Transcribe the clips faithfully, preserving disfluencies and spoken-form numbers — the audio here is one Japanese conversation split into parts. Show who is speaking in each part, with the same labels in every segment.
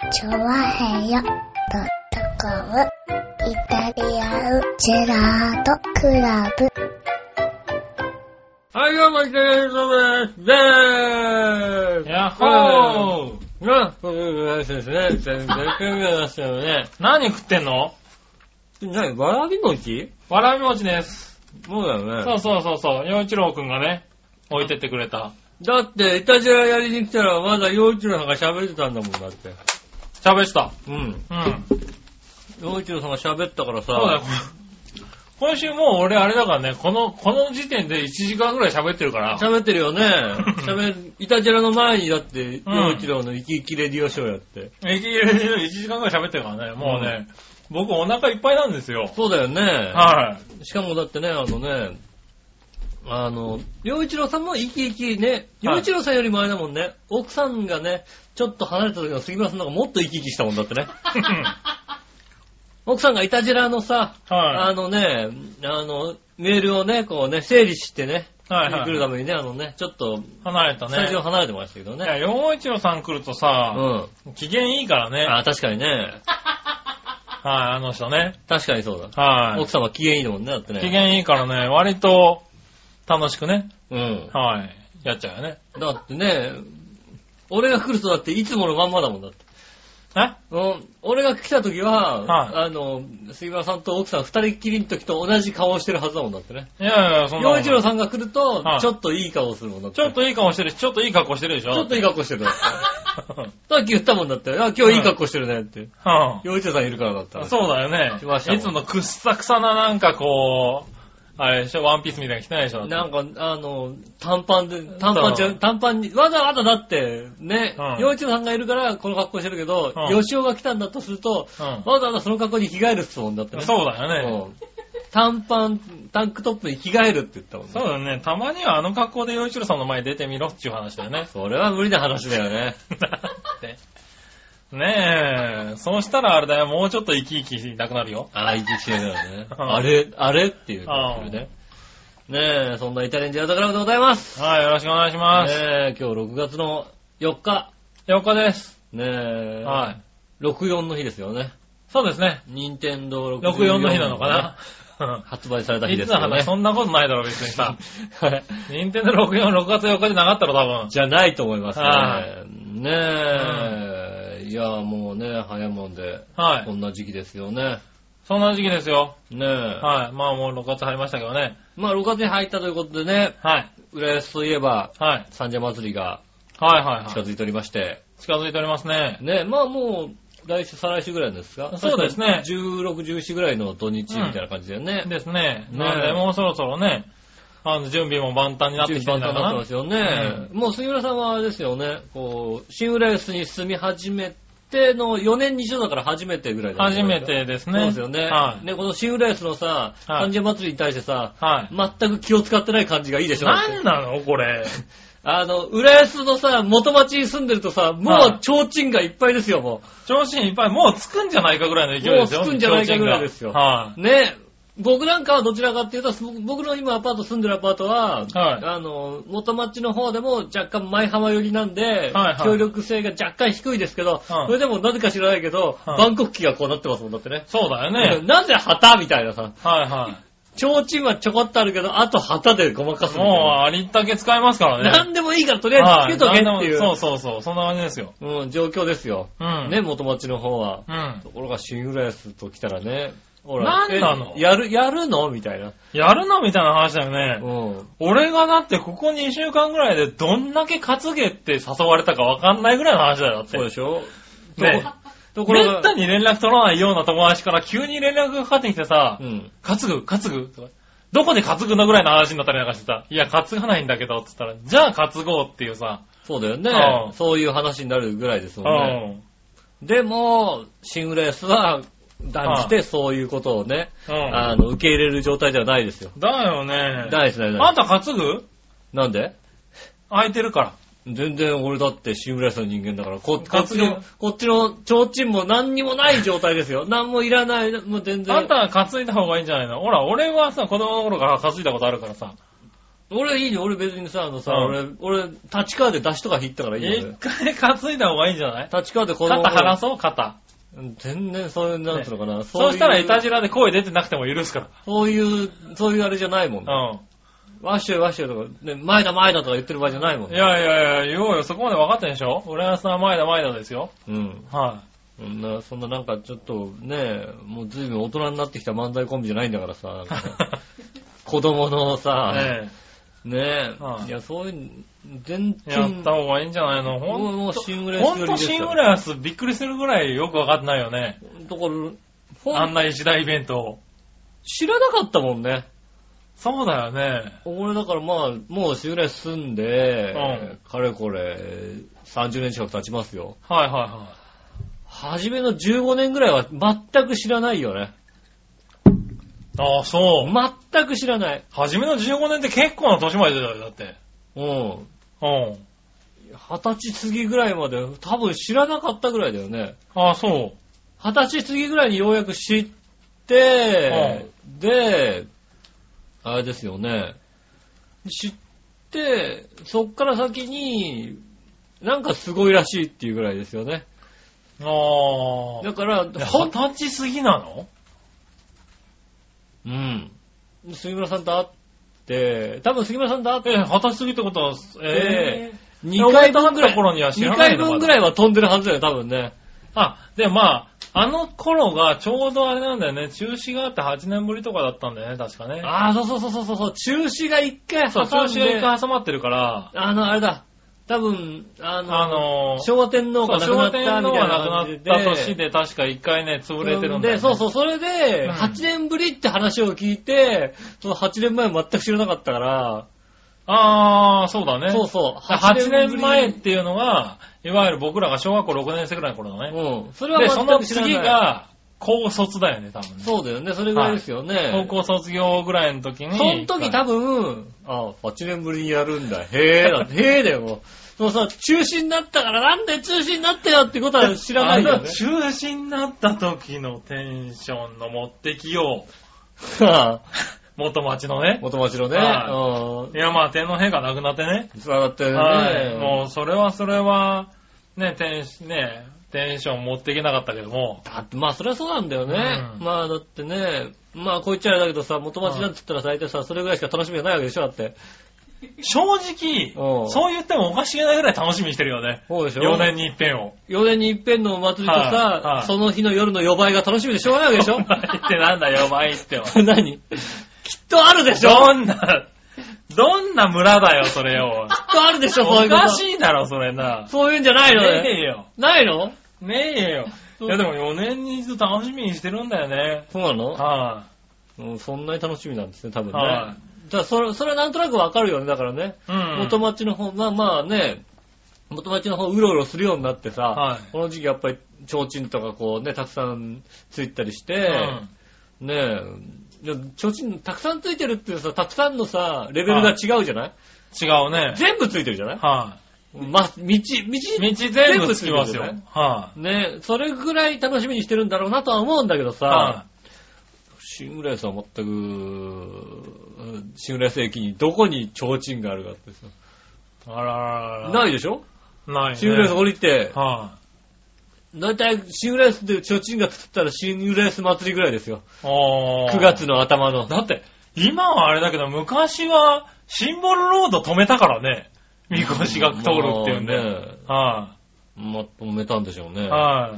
Speaker 1: チョワヘヨドットコムイタリアンジェラートクラブ。
Speaker 2: はい、どうも、イタリアンジェラートです。でーす。
Speaker 3: やっほー。
Speaker 2: な、そういう話ですね。全然食いましたよね。
Speaker 3: 何食ってんの？
Speaker 2: 何、わらび餅？
Speaker 3: わらび餅です。
Speaker 2: そうだよね。
Speaker 3: そうそうそうそう。洋一郎くんがね、置いてってくれた。
Speaker 2: だって、いたじらやりに来たら、まだ洋一郎さんが喋ってたんだもん、だって。
Speaker 3: 喋ってた。
Speaker 2: うん。
Speaker 3: うん。
Speaker 2: 洋一郎さんが喋ったからさ。
Speaker 3: そうだよ。今週もう俺あれだからね、この、この時点でいちじかんぐらい喋ってるから。
Speaker 2: 喋ってるよね。喋る、いたじらの前にだって、洋一郎の生き生きレディオショーやって。
Speaker 3: 生き生きいちじかんぐらい喋ってるからね、もうね、うん、僕お腹いっぱいなんですよ。
Speaker 2: そうだよね。
Speaker 3: はい。
Speaker 2: しかもだってね、あのね、あの、洋一郎さんも生き生きね、洋一郎さんよりもあれだもんね、奥さんがね、ちょっと離れた時の杉村さんの方がもっと生き生きしたもんだってね。奥さんがイタジラのさ、はい、あのね、あの、メールをね、こうね、整理してね、はいはい、来るためにね、あのね、ちょっと、
Speaker 3: 離れたね。
Speaker 2: スタジオ離れてましたけどね。
Speaker 3: いや、洋一郎さん来るとさ、うん、機嫌いいからね。
Speaker 2: あ、確かにね。はい、
Speaker 3: あ、あの人ね。
Speaker 2: 確かにそうだ。
Speaker 3: はい。
Speaker 2: 奥様機嫌いいもんね、だってね。
Speaker 3: 機嫌いいからね、割と楽しくね。
Speaker 2: うん。
Speaker 3: はい。やっちゃうよね。
Speaker 2: だってね、俺が来るとだっていつものまんまだもんだって。
Speaker 3: え
Speaker 2: うん、俺が来た時は、
Speaker 3: はい、
Speaker 2: あの、杉村さんと奥さん二人っきりの時と同じ顔をしてるはずだもんだってね。
Speaker 3: いやいや、そんな。
Speaker 2: 洋一郎さんが来ると、はい、ちょっといい顔するもんだって。
Speaker 3: ちょっといい顔してるし、ちょっといい格好してるでしょ。
Speaker 2: ちょっといい格好してるだって。さっき言ったもんだって。あ、今日いい格好してるねって。
Speaker 3: は
Speaker 2: 洋、い、一郎さんいるからだったら。
Speaker 3: そうだよね。いつものくっさくさななんかこう、あれでしょ、ワンピースみたいに着てないでしょ。
Speaker 2: なんか、あの、短パンで、短パンじゃ、短パンに、わざわざだって、ね、洋、うん、一郎さんがいるからこの格好してるけど、うん、吉尾が来たんだとすると、うん、わざわざその格好に着替えるって言ったもんだってね。
Speaker 3: そうだよね。
Speaker 2: うん、短パン、タンクトップに着替えるって言ったもんね。
Speaker 3: そうだよね。たまにはあの格好で洋一郎さんの前に出てみろっていう話だよね。
Speaker 2: それは無理な話だよね。
Speaker 3: ねえ、そうしたらあれだよ、もうちょっと生き生きなくなるよ。
Speaker 2: ああ、生き生きしなくなるね。あれ、あれっていう感じでね。ねえ、そんなイタリアンジェラートクラブでございます。
Speaker 3: はい、よろしくお願いします。
Speaker 2: ねえ、今日ろくがつのよっか。
Speaker 3: よっかです。
Speaker 2: ねえ、
Speaker 3: はい。
Speaker 2: ろくじゅうよんの日ですよね。
Speaker 3: そうですね。
Speaker 2: 任天堂ろくじゅうよん、
Speaker 3: ろくじゅうよんの日なのかな。
Speaker 2: 発売された日ですよね。
Speaker 3: いつの話、そんなことないだろ、別にさ。はい。任天堂ろくじゅうよん、ろくがつよっかじゃなかったろ、多分。
Speaker 2: じゃないと思いますね。
Speaker 3: はい。
Speaker 2: ねえ、うん、いや、もうね、早いもんで。はい。こんな時期ですよね。
Speaker 3: そんな時期ですよ。
Speaker 2: ねえ。
Speaker 3: はい。まあもうろくがつ入りましたけどね。
Speaker 2: まあろくがつに入ったということでね。
Speaker 3: はい。
Speaker 2: 浦安といえば、
Speaker 3: はい。
Speaker 2: 三社祭りが、
Speaker 3: はいはいはい。
Speaker 2: 近づいておりまして。
Speaker 3: 近づいておりますね。
Speaker 2: ねえ、まあもう、来週、再来週ぐらいですか？
Speaker 3: そうですね。
Speaker 2: じゅうろく、じゅうしちぐらいの土日みたいな感じだよね。
Speaker 3: うん、ですね。なんで、もうそろそろね、あの、準備も万端になってきてるんだな。
Speaker 2: 万端になってますよね。うん、もう杉村さんはあれですよね、こう、新浦安に住み始めてのよねんに一度だから初めてぐらいだね。
Speaker 3: 初めてですね。
Speaker 2: そうですよね。
Speaker 3: はい。
Speaker 2: ね、この新浦安のさ、三社祭りに対してさ、
Speaker 3: はい。
Speaker 2: 全く気を使ってない感じがいいでしょ。
Speaker 3: なんなのこれ。
Speaker 2: あの、浦安のさ、元町に住んでるとさ、もう提灯がいっぱいですよ、もう。
Speaker 3: 提灯いっぱい、もうつくんじゃないかぐらいの勢いですよ。
Speaker 2: もうつくんじゃないかぐらいですよ。
Speaker 3: はい、
Speaker 2: ね。僕なんかはどちらかっていうと、僕の今アパート住んでるアパートは、はい、あの、元町の方でも若干前浜寄りなんで、はいはい、協力性が若干低いですけど、はい、それでもなぜか知らないけど、はい、万国旗がこうなってますもんだってね。
Speaker 3: そうだよね。
Speaker 2: なぜ旗みたいなさ。
Speaker 3: はいはい。
Speaker 2: 提灯はちょこっとあるけど、あと旗でごまかすみたいな。
Speaker 3: もうありったけ使えますからね。
Speaker 2: なんでもいいからとりあえずつけとけっていう。
Speaker 3: はい、そうそうそう。そんな感じですよ。
Speaker 2: うん、状況ですよ。
Speaker 3: うん。
Speaker 2: ね、元町の方は。
Speaker 3: うん。
Speaker 2: ところが新浦安と来たらね、
Speaker 3: ほら。なんなの？
Speaker 2: やる、やるのみたいな。
Speaker 3: やるのみたいな話だよね。
Speaker 2: うん。
Speaker 3: 俺がだってここにしゅうかんぐらいでどんだけ担げって誘われたかわかんないぐらいの話だよって。
Speaker 2: そうでしょ？
Speaker 3: ね。ところが。めったに連絡取らないような友達から急に連絡がかかってきてさ、うん。担ぐ担ぐとか。どこで担ぐのぐらいの話になったりなんかしてさ、いや、担がないんだけど、つったら、じゃあ担ごうっていうさ。
Speaker 2: そうだよね。
Speaker 3: うん、
Speaker 2: そういう話になるぐらいですもんね。うん、でも、新浦安は、断じてそういうことをね、うん、あの、受け入れる状態ではないですよ。
Speaker 3: だよね。
Speaker 2: ないですね。
Speaker 3: あんた担ぐ？
Speaker 2: なんで？
Speaker 3: 空いてるから。
Speaker 2: 全然俺だって新浦安の人間だから、こ, こっちの、こっちの提灯も何にもない状態ですよ。何もいらない、もう全然。
Speaker 3: あんたは担いだ方がいいんじゃないの？ほら、俺はさ、子供の頃から担いだことあるからさ。
Speaker 2: 俺いいね、俺別にさ、あのさ、うん、俺、俺、立川で出汁とか引ったからいいよ。
Speaker 3: 一回担いだ方がいいんじゃない？
Speaker 2: 立川でこの。
Speaker 3: 肩離そう、肩。
Speaker 2: 全然そういう、なんつうのかな。
Speaker 3: ね、そうしたらイタジラで声出てなくても許すから。
Speaker 2: そういう、そういうあれじゃないもんね。うん。ワッシュワッシュとか、ね、前だ前だとか言ってる場合じゃないもんね。
Speaker 3: いやいやいや、言おうよ、そこまで分かってんでしょ？浦安さんは前だ前だですよ。
Speaker 2: うん。はい。そんな、そんななんかちょっとね、もう随分大人になってきた漫才コンビじゃないんだからさ、子供のさ、ねえ、ねえ、はい、いや、そういう、全然。
Speaker 3: やった方がいいんじゃないの？ほんと、
Speaker 2: もうシングレースよりですよ。
Speaker 3: ほんとシングレースびっくりするぐらいよくわかってないよね。
Speaker 2: だから、
Speaker 3: あんな一大イベント。
Speaker 2: 知らなかったもんね。
Speaker 3: そうだよね。
Speaker 2: 俺だからまあ、もうシングレース住んで、うん、かれこれ、さんじゅうねん近く経ちますよ。
Speaker 3: はいはいはい。
Speaker 2: 初めのじゅうごねんぐらいは全く知らないよね。
Speaker 3: ああ、そう。
Speaker 2: 全く知らない。
Speaker 3: 初めのじゅうごねんって結構な年前だよ、だって。
Speaker 2: うん。うん。二十歳過ぎぐらいまで多分知らなかったぐらいだよね。
Speaker 3: ああ、そう。
Speaker 2: 二十歳過ぎぐらいにようやく知って、うん、で、あれですよね。知って、そっから先に、なんかすごいらしいっていうぐらいですよね。
Speaker 3: ああ。
Speaker 2: だから、
Speaker 3: 二十歳過ぎなの？
Speaker 2: うん。杉村さんと会って、多分杉村さんと会って、
Speaker 3: えー、二十歳過ぎってことは、え
Speaker 2: ー、にかいぶんぐらい、
Speaker 3: 頃には知ら
Speaker 2: ないの？にかいぶんぐらいは飛んでるはずだよ、多分ね。
Speaker 3: あ、で、まあ、あの頃がちょうどあれなんだよね、中止があってはちねんぶりとかだったんだよね、確かね。
Speaker 2: ああ、そうそうそうそうそう、中止が一回挟んで。
Speaker 3: そう、中止が一回挟まってるから。
Speaker 2: あの、あれだ。多分、あの、あの昭和天皇が亡くなったみたいな感じで。昭和天皇が亡くなった
Speaker 3: 年で確か一回ね、潰れてるんだよ、ね。
Speaker 2: で、そうそう、それで、はちねんぶりって話を聞いて、そのはちねんまえ全く知らなかったから、
Speaker 3: あー、そうだね。
Speaker 2: そうそう。
Speaker 3: はちねんまえっていうのが、いわゆる僕らが小学校ろくねん生くらいの頃だね。
Speaker 2: うん。それは全く知らない。
Speaker 3: で、その次が、高卒だよね、多分ね。
Speaker 2: そうだよね、それぐらいですよね。
Speaker 3: はい、高校卒業ぐらいの時に。
Speaker 2: その時多分、あ、はちねんぶりにやるんだ。へぇーだ、へぇーだよ、もう。そうさ、中止になったからなんで中止になったよってことは知らないよね。
Speaker 3: 中止になった時のテンションの持ってきよう。元町のね。
Speaker 2: 元町のね。
Speaker 3: はい、いや、まあ、天皇陛下亡くなってね。
Speaker 2: そうだってね。
Speaker 3: はい。もう、それはそれは、ね、テンシ、ね、テンション持っていけなかったけども。
Speaker 2: だって、まあ、それはそうなんだよね。うん、まあ、だってね、まあ、こう言っちゃあれだけどさ、元町なんて言ったら大体さ、それぐらいしか楽しみがないわけでしょ、だって。
Speaker 3: 正直、そう言ってもおかしげないぐらい楽しみにしてるよね。
Speaker 2: そうでしょ。
Speaker 3: よねんに一遍を。
Speaker 2: よねんに一遍のお祭りとさ、はいはい、その日の夜の夜倍が楽しみでしょうがないわけでしょ。
Speaker 3: 夜倍ってなんだ、夜倍っては。
Speaker 2: 何きっとあるでしょ。
Speaker 3: どんな、どんな村だよ、それよ。
Speaker 2: きっとあるでしょ、そういうこと。
Speaker 3: おかしいだろ、それな。
Speaker 2: そういうんじゃないのね。
Speaker 3: ねえよ。
Speaker 2: ないの
Speaker 3: ねえよ。いや、でもよねんに一度楽しみにしてるんだよね。
Speaker 2: そうなの？
Speaker 3: はい、
Speaker 2: うん。そんなに楽しみなんですね、多分ね。はい。じゃあ、それ、それはなんとなくわかるよね、だからね。うん。元町の方、まあまあね、元町の方うろうろするようになってさ、はい、この時期やっぱり提灯とかこうね、たくさんついたりして、うん、ねえ、提灯たくさんついてるっていうさ、たくさんのさ、レベルが違うじゃない、はい、
Speaker 3: 違うね。
Speaker 2: 全部ついてるじゃない
Speaker 3: はい、
Speaker 2: ま、道、道、
Speaker 3: 道全部つきますよ。はい、
Speaker 2: あ、ね、それぐらい楽しみにしてるんだろうなとは思うんだけどさ、はい、シングレースは全く、シングレース駅にどこに提灯があるかってさ。
Speaker 3: あららら。
Speaker 2: ないでしょ？
Speaker 3: ないね。
Speaker 2: シングレース降りて、
Speaker 3: はい、
Speaker 2: だいたいシングレースで提灯が作ったらシングレース祭りぐらいですよ。
Speaker 3: あ
Speaker 2: くがつの頭の。
Speaker 3: だって、今はあれだけど、昔はシンボルロード止めたからね。みこしが通るっていうんで。まあ、ね、
Speaker 2: はい、まあ、止めたんでしょうね。
Speaker 3: はい、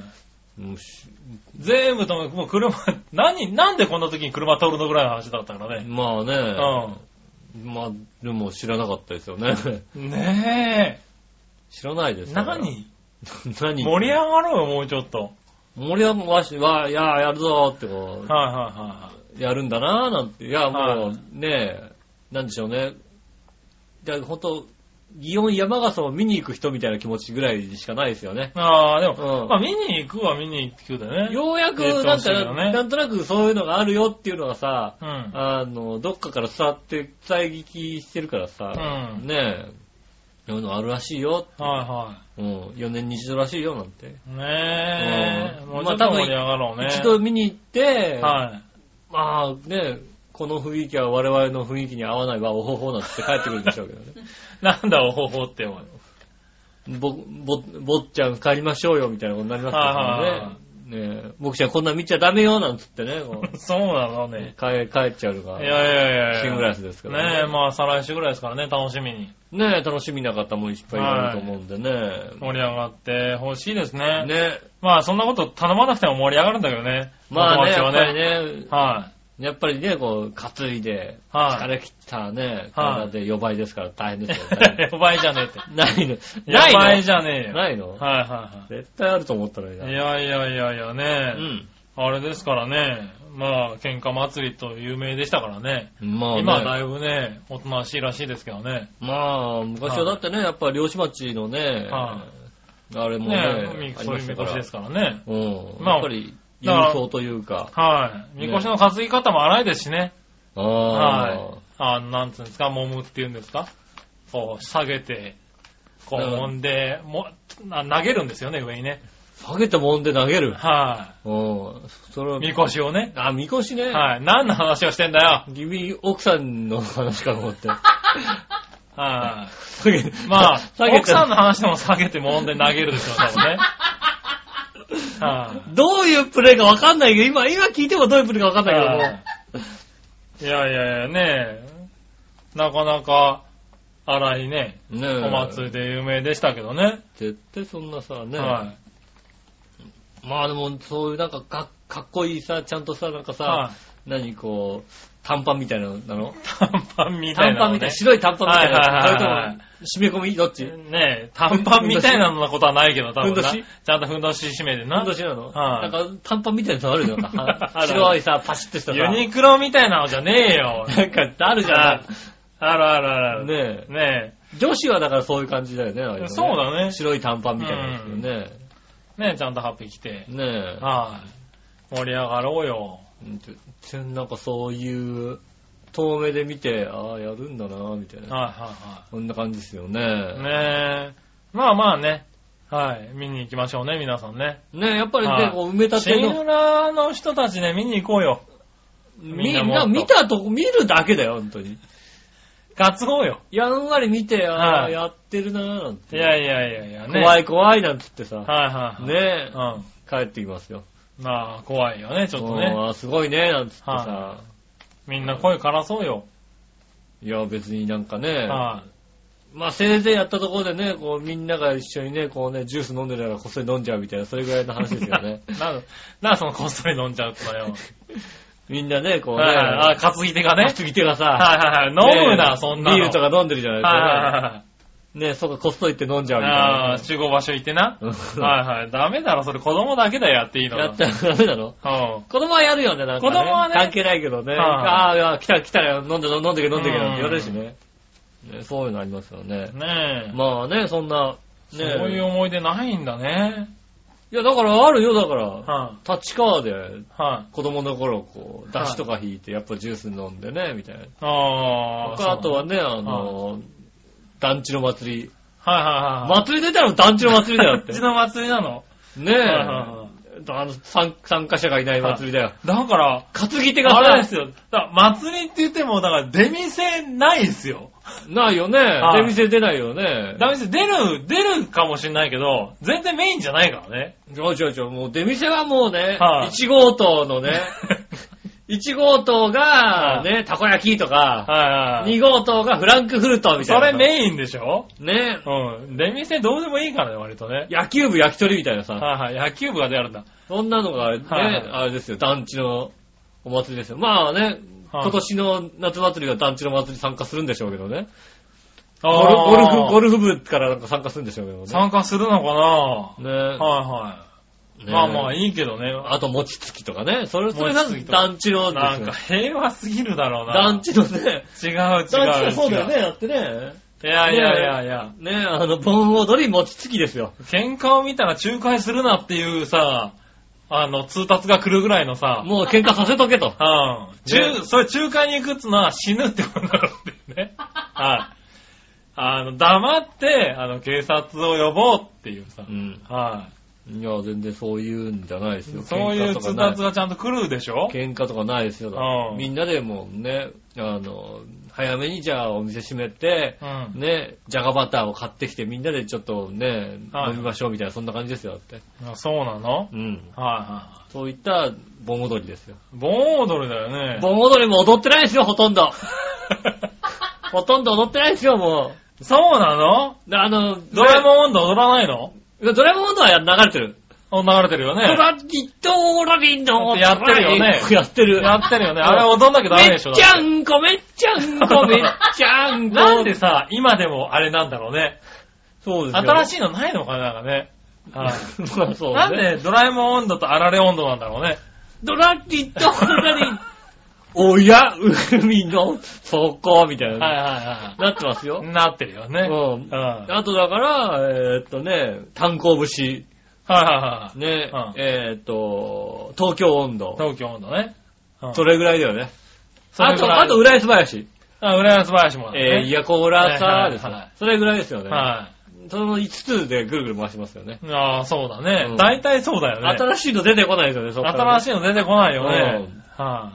Speaker 3: もう全部止め、もう車、何、なんでこんな時に車通るのぐらいの話だったからね。
Speaker 2: まあね。うん。まあ、でも知らなかったですよね。
Speaker 3: ねえ。
Speaker 2: 知らないですよ。
Speaker 3: 何
Speaker 2: 何
Speaker 3: 盛り上がろうよ、もうちょっと。
Speaker 2: 盛り上がわし、わ、いや、やるぞってこ
Speaker 3: う。はいはいはい。
Speaker 2: やるんだなぁ、なんて。いや、もう、はい、ねえ、なんでしょうね。じゃあ、ほんと、祇園山笠を見に行く人みたいな気持ちぐらいしかないですよね。
Speaker 3: ああ、でも、うん、まあ見に行くは見に行くだね。
Speaker 2: ようやく、なんか、ね、なんとなくそういうのがあるよっていうのがさ、うん、あの、どっかから伝わって、伝え聞きしてるからさ、うん、ねえ、そういうのあるらしいよ。
Speaker 3: はいはい。
Speaker 2: うん、よねんに一度らしいよ、なんて。
Speaker 3: ねえ、うん、もうちょっと盛り上がろうね。
Speaker 2: 一度見に行って、
Speaker 3: はい。
Speaker 2: まあね、 この雰囲気は我々の雰囲気に合わないわ、おほほなんて帰ってくるんでしょうけどね。
Speaker 3: なんだおほほって思う。
Speaker 2: ぼ、ぼ、ぼっちゃん帰りましょうよみたいなことになりますからね。ねえ、僕ちゃんこんな見ちゃダメよなんつってね。
Speaker 3: そうなのね。
Speaker 2: 帰、帰っちゃうのが。
Speaker 3: いやいやいやいや。
Speaker 2: シングラスですから
Speaker 3: ね。ねえ、まあ再来週ぐらいですからね、楽しみに。
Speaker 2: ねえ、楽しみな方もいっぱいいると思うんでね。はい、
Speaker 3: 盛り上がってほしいですね。
Speaker 2: ね。
Speaker 3: まあそんなこと頼まなくても盛り上がるんだけどね。
Speaker 2: まあね、やっぱりね。
Speaker 3: はい。
Speaker 2: やっぱりね、こう、担いで、疲れ切ったね、体でよばいですから大変ですよね。
Speaker 3: よばいじゃねえって。
Speaker 2: ないの。
Speaker 3: ないのよばいじゃねえよ。
Speaker 2: ないの。
Speaker 3: はいはいはい。
Speaker 2: 絶対あると思ったらいいな。
Speaker 3: いやいやいやいやね。うん。あれですからね。まあ、喧嘩祭りと有名でしたからね。まあ、ね、今はだいぶね、おとなしいらしいですけどね。
Speaker 2: まあ、昔はだってね、やっぱ漁師町のね、
Speaker 3: は
Speaker 2: あれもね、
Speaker 3: ねそういうみこしですからね。
Speaker 2: うん。まあ、やっぱり、勇壮というか。
Speaker 3: はい。みこしの担ぎ方も荒いですしね。
Speaker 2: ああ。
Speaker 3: はい。あなんつうんですか、揉むっていうんですか。こう、下げて、こう揉んで、も、投げるんですよね、上にね。
Speaker 2: 下げて揉んで投げる。
Speaker 3: はい。
Speaker 2: うん。それは。
Speaker 3: みこしをね。
Speaker 2: あ、みこしね。
Speaker 3: はい。何の話をしてんだよ。
Speaker 2: 君、奥さんの話かと思って。
Speaker 3: はい。まあ、奥さんの話でも下げて揉んで投げるでしょう、多分ね。はあ、
Speaker 2: どういうプレイか分かんないけど、今、今聞いてもどういうプレイか分かんないけども。
Speaker 3: いやいやいやね、なかなか荒いね、ねお祭りで有名でしたけどね。
Speaker 2: 絶対そんなさ、ね。
Speaker 3: はい、
Speaker 2: まあでも、そういうなんかか、かっこいいさ、ちゃんとさ、なんかさ、はい、何こう、短パンみたいなのなの
Speaker 3: 短パンみたいなの、ね。
Speaker 2: 短パンみたいな、白い短パンみたいなやつ。はいはいはいはい、締め込みどっち
Speaker 3: ねえ、短パンみたいなのことはないけど、多分な。
Speaker 2: ふんどし
Speaker 3: ちゃんとふんどし締めてな。
Speaker 2: ふんどしなの、
Speaker 3: はい、
Speaker 2: なんか短パンみたいなのあるじゃん。白いさ、パシッとしたさ。
Speaker 3: ユニクロみたいなのじゃねえよ。
Speaker 2: なんかあるじゃん。ある
Speaker 3: あるある。
Speaker 2: ねえ。
Speaker 3: ね
Speaker 2: え。女子はだからそういう感じだよね。
Speaker 3: ねそうだね。
Speaker 2: 白い短パンみたいなやつよね。
Speaker 3: ねえ、ちゃんとハッピー着て。
Speaker 2: ねえ。
Speaker 3: はい。盛り上がろうよ。
Speaker 2: なんかそういう、遠目で見て、ああ、やるんだな、みたいな。
Speaker 3: はいはいはい。
Speaker 2: こんな感じですよね。
Speaker 3: ねえ。まあまあね。はい。見に行きましょうね、皆さんね。
Speaker 2: ねえ、やっぱりね、はい、こう埋め立ての。
Speaker 3: 新浦の人たちね、見に行こうよ。
Speaker 2: みんな見たとこ、見るだけだよ、本当に。
Speaker 3: ガツゴーよ。
Speaker 2: やんわり見て、ああ、はい、やってるなーなんて。
Speaker 3: いやいやいやいや、
Speaker 2: ね。怖い怖いなんつってさ。
Speaker 3: はいはい、はい。
Speaker 2: ねえ、うん。帰ってきますよ。
Speaker 3: まあ、怖いよね、ちょっとね。
Speaker 2: ああ、すごいね、なんつってさ。は
Speaker 3: い、みんな声からそうよ。
Speaker 2: いや、別になんかね。
Speaker 3: はい、
Speaker 2: まあ、せいぜいやったところでね、こう、みんなが一緒にね、こうね、ジュース飲んでたらこっそり飲んじゃうみたいな、それぐらいの話ですよね。
Speaker 3: な、な、そのこっそり飲んじゃうってのよ。
Speaker 2: みんなね、こうね。
Speaker 3: はいはい、あ、担ぎ手がね。
Speaker 2: 担ぎ手がさ。
Speaker 3: はいはいはい。飲むな、ね、そんなの。
Speaker 2: ビールとか飲んでるじゃないですか、ね。
Speaker 3: はいはいはい。
Speaker 2: ね、そここっそり行って飲んじゃうみたいな、ね。
Speaker 3: ああ、集合場所行ってな。はいはい。ダメだろ、それ子供だけだよ、やっていいの。
Speaker 2: やったらダメなの？うん。子供はやるよね、なんか、ね。
Speaker 3: 子供はね。
Speaker 2: 関係ないけどね。ああ、いや、来た来たら飲んで飲んでけ飲んでけなんて言われるしね。ね、そういうのありますよね。
Speaker 3: ねえ。
Speaker 2: まあね、そんな、ね。そう
Speaker 3: いう思い出ないんだね。
Speaker 2: いや、だからあるよ、だから。
Speaker 3: は
Speaker 2: い、立川で、
Speaker 3: はい、
Speaker 2: 子供の頃、こう、出汁とか引いて、やっぱジュース飲んでね、みたいな。
Speaker 3: あ
Speaker 2: あ。あとはね、あの、団地の祭り。
Speaker 3: はいはいはい。
Speaker 2: 祭り出たの団地の祭りだよって。
Speaker 3: 団地の祭りなの
Speaker 2: ねえ。はいはいはい、あの参、参加者がいない祭りだよ。
Speaker 3: だから、
Speaker 2: 担ぎ手がさ、
Speaker 3: あれですよ。だ祭りって言っても、だから出店ないですよ。
Speaker 2: ないよね。出店出ないよね。
Speaker 3: 出店出る、出るかもしれないけど、全然メインじゃないからね。
Speaker 2: ちょちょちょ、もう出店はもうね、はい、いち号棟のね、いち号棟が、ね、たこ焼きとか、
Speaker 3: はいはい、
Speaker 2: に号棟がフランクフルトみたいな。
Speaker 3: それメインでしょ
Speaker 2: ね。
Speaker 3: うん。出店どうでもいいからね、割とね。
Speaker 2: 野球部焼き鳥みたいなさ。
Speaker 3: はいはい、野球部が出るんだ。
Speaker 2: そんなのがね、はいはい、あれですよ、団地のお祭りですよ。まあね、はい、今年の夏祭りは団地の祭り参加するんでしょうけどね。ゴルゴルフ、ゴルフ部からなんか参加するんでしょうけどね。
Speaker 3: 参加するのかな
Speaker 2: ね。
Speaker 3: はいはい。ね、まあまあいいけどね。
Speaker 2: あと餅つきとかね。それ、それが団地の。
Speaker 3: なんか平和すぎるだろうな。
Speaker 2: 団地のね。
Speaker 3: 違う違う。団地
Speaker 2: のそうだよね、だってね。
Speaker 3: いやいやいやいや。
Speaker 2: ね、ね、あの、盆踊り餅つきですよ。
Speaker 3: 喧嘩を見たら仲介するなっていうさ、あの、通達が来るぐらいのさ。
Speaker 2: もう喧嘩させとけと。
Speaker 3: うん。中、それ仲介に行くっつのは死ぬってことだろうっていうね。はい。あの、黙って、あの、警察を呼ぼうっていうさ。
Speaker 2: うん。
Speaker 3: は
Speaker 2: いや、全然そういうんじゃないですよ。
Speaker 3: そういう通達がちゃんと来るでしょ？
Speaker 2: 喧嘩とかないですよ。うん、みんなでもうね、あの、早めにじゃあお店閉めて、うん、ね、じゃがバターを買ってきてみんなでちょっとね、はい、飲みましょうみたいな、そんな感じですよ、だって。
Speaker 3: あ、そうなの？
Speaker 2: うん。
Speaker 3: はいはい。
Speaker 2: そういった盆踊りですよ。
Speaker 3: 盆踊りだよね。
Speaker 2: 盆踊りも踊ってないですよ、ほとんど。ほとんど踊ってないですよ、も
Speaker 3: う。そうなの？
Speaker 2: あの、
Speaker 3: ドラえもん温度踊らないの？
Speaker 2: ドラえもん温度は流れてる。
Speaker 3: 流れてるよね。
Speaker 2: ドラギトラリンの
Speaker 3: やってるよね。
Speaker 2: やってる。
Speaker 3: やってるよね。あれ踊んなきゃダメでしょ。
Speaker 2: めっちゃんこ、めっちゃんこ、めっちゃんこ。
Speaker 3: なんでさ、今でもあれなんだろうね。
Speaker 2: そうですよ。
Speaker 3: 新しいのないのかな、なんかね。
Speaker 2: はい。まあそうね。
Speaker 3: なんでドラえもん温度とあられ温度なんだろうね。
Speaker 2: ドラギトラリン。おや、海の底みたいな。
Speaker 3: はいはいはい。
Speaker 2: なってますよ。
Speaker 3: なってるよね。
Speaker 2: うん。あとだから、えー、っとね、炭鉱節。
Speaker 3: はいはいはい。
Speaker 2: ね、うん、えー、っと、東京温度。
Speaker 3: 東京温度ね。
Speaker 2: うん、それぐらいだよね。あと、あと、浦安林。
Speaker 3: あ、浦安林も、ね。
Speaker 2: えー、いや、こらさです、はいはいはい。それぐらいですよね。
Speaker 3: はい。
Speaker 2: そのいつつでぐるぐる回しますよね。
Speaker 3: ああ、そうだね。うん、大体そうだよね。
Speaker 2: 新しいの出てこないですよね、そっから、ね。
Speaker 3: 新しいの出てこないよね。うん、
Speaker 2: はい、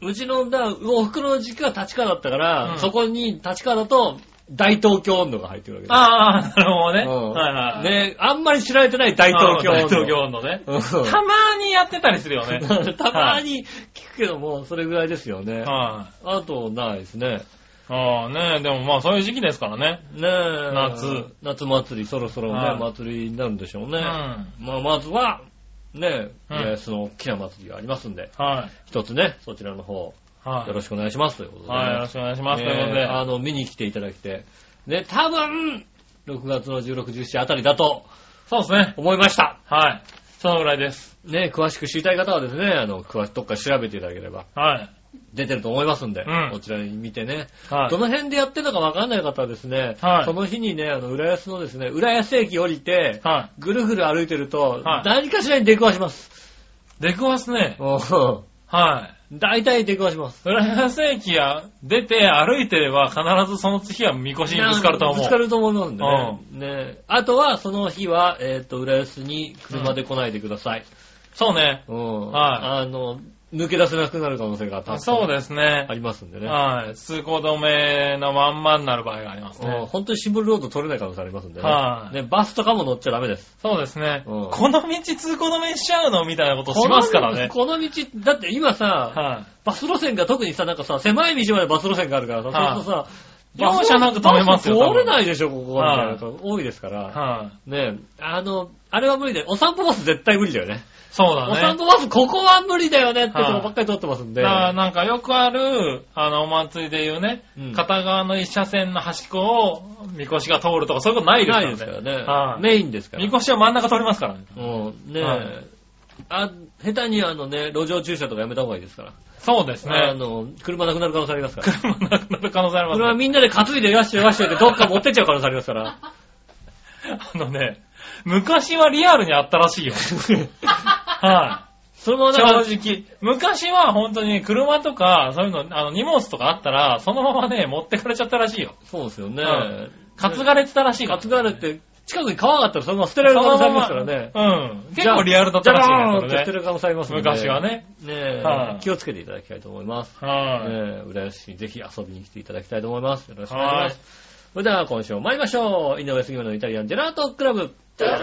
Speaker 2: うちの、だ、お袋の実家が立川だったから、うん、そこに立川だと、大東京温度が入ってるわけです。
Speaker 3: ああ、なるほどね。
Speaker 2: うん、はいはい。ね、あんまり知られてない大東京温度。
Speaker 3: 大東京温度ね。たまにやってたりするよね。
Speaker 2: たまに聞くけども、それぐらいですよね。はい。あと、ないですね。
Speaker 3: ああね、でもまあそういう時期ですからね。
Speaker 2: ねえ。
Speaker 3: 夏。
Speaker 2: 夏祭り、そろそろね、はい、祭りになるんでしょうね。うん、まあまずは、ねえ、うん、その大きな祭りがありますんで、はい。一つね、そちらの方、はい、よろしくお願いしますということで、ね。
Speaker 3: はい、よろしくお願いします。ということで、
Speaker 2: あの、見に来ていただきて、ね、多分、ろくがつのじゅうろく、じゅうしちあたりだと、
Speaker 3: そうですね。
Speaker 2: 思いました。
Speaker 3: はい。そのぐらいです。
Speaker 2: ね、詳しく知りたい方はですね、あの、詳しくどっか調べていただければ。はい。出てると思いますんで、うん、こちらに見てね。はい。どの辺でやってるのかわかんない方はですね、はい。その日にね、あの、浦安のですね、浦安駅降りて、はい。ぐるぐる歩いてると、はい。何かしらに出くわします。
Speaker 3: 出くわすね。
Speaker 2: うん。はい。大体出くわします。
Speaker 3: 浦安駅や出て歩いてれば必ずその日はみこしにぶつかると思う。
Speaker 2: ぶつかると思いますんでね。うん、ね。あとはその日は、えっと、浦安に車で来ないでください。うん、
Speaker 3: そうね。
Speaker 2: うん。はい。あの、抜け出せなくなる可能性が多分
Speaker 3: そうですね。
Speaker 2: ありますんでね。
Speaker 3: はい。通行止めのまんまになる場合がありますね。
Speaker 2: うん、本当にシンボルロード取れない可能性ありますんでね。はい。ね、バスとかも乗っちゃダメです。
Speaker 3: そうですね。うん、この道通行止めしちゃうのみたいなことしますからね。
Speaker 2: この道、だって今さ、はい、バス路線が特にさ、なんかさ、狭い道までバス路線があるからさ、はい、そうするとさ、
Speaker 3: 業者なんか止めますよ。
Speaker 2: 通れないでしょ、ここは。みたいな多いですから。はい。ねあの、あれは無理で、お散歩バス絶対無理だよね。
Speaker 3: そうだね。
Speaker 2: お散歩バス、ここは無理だよねってとこばっかり通ってますんで。
Speaker 3: だからなんかよくある、あの、お祭りで言うね、うん、片側の一車線の端っこを、みこしが通るとかそういうことないですからね。ないですからね。は
Speaker 2: い、メインですから。
Speaker 3: みこしは真ん中通りますからね。
Speaker 2: うん。ねえ、はい。あ、下手にあのね、路上駐車とかやめた方がいいですから。
Speaker 3: そうですね。
Speaker 2: あの、車なくなる可能性ありますから。
Speaker 3: 車なくなる可能性あります、ね。
Speaker 2: 車みんなで担いでいらっしゃいましてってどっか持ってっちゃう可能性ありますから。
Speaker 3: あのね、昔はリアルにあったらしいよ。はい。そのまま正直。昔は本当に車とか、そういうの、あの、荷物とかあったら、そのままね、持ってかれちゃったらしいよ。
Speaker 2: そうですよね。うん、
Speaker 3: 担がれてたらしいから、
Speaker 2: ね。担がれて、近くに川があったらそのまま捨てられる可能性ありますからね。
Speaker 3: うん。結構リアルだったらしいね。
Speaker 2: ジャーンって捨てる可能性ありますね。
Speaker 3: 昔はね。
Speaker 2: ねえ、はあ、気をつけていただきたいと思います。はい、ねえ、浦安市にぜひ遊びに来ていただきたいと思います。よろしくお願いします。それでは今週も参りましょう。井上杉村のイタリアンジェラートクラブ。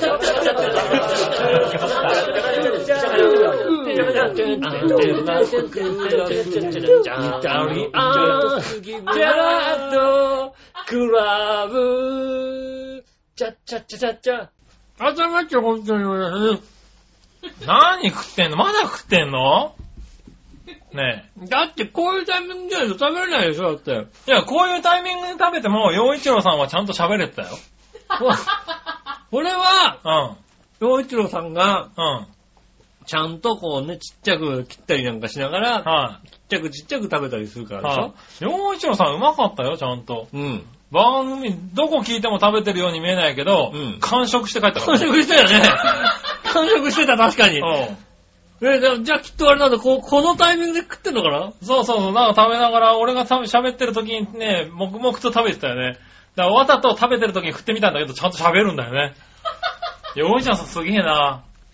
Speaker 3: 朝まっちゃ本当に何食ってんの？まだ食ってんの？ね
Speaker 2: え。だってこういうタイミングじゃないと食べれないでしょ、だって。
Speaker 3: いや、こういうタイミングで食べても、陽一郎さんはちゃんと喋れてたよ。
Speaker 2: これは、うん。陽一郎さんが、うん。ちゃんとこうね、ちっちゃく切ったりなんかしながら、はい。ちっちゃくちっちゃく食べたりするからでしょ。はい。
Speaker 3: 陽一郎さんうまかったよ、ちゃんと。うん。番組、どこ聞いても食べてるように見えないけど、うん。完食して帰ったから、
Speaker 2: ね。完食してたよね。完食してた、確かに。うん。え、じゃあきっとあれなんだ、こ、このタイミングで食ってんのかな？
Speaker 3: そうそうそう、なんか食べながら、俺が喋ってる時にね、黙々と食べてたよね。だからわざと食べてる時に食ってみたんだけど、ちゃんと喋るんだよね。陽一郎さんすげえな。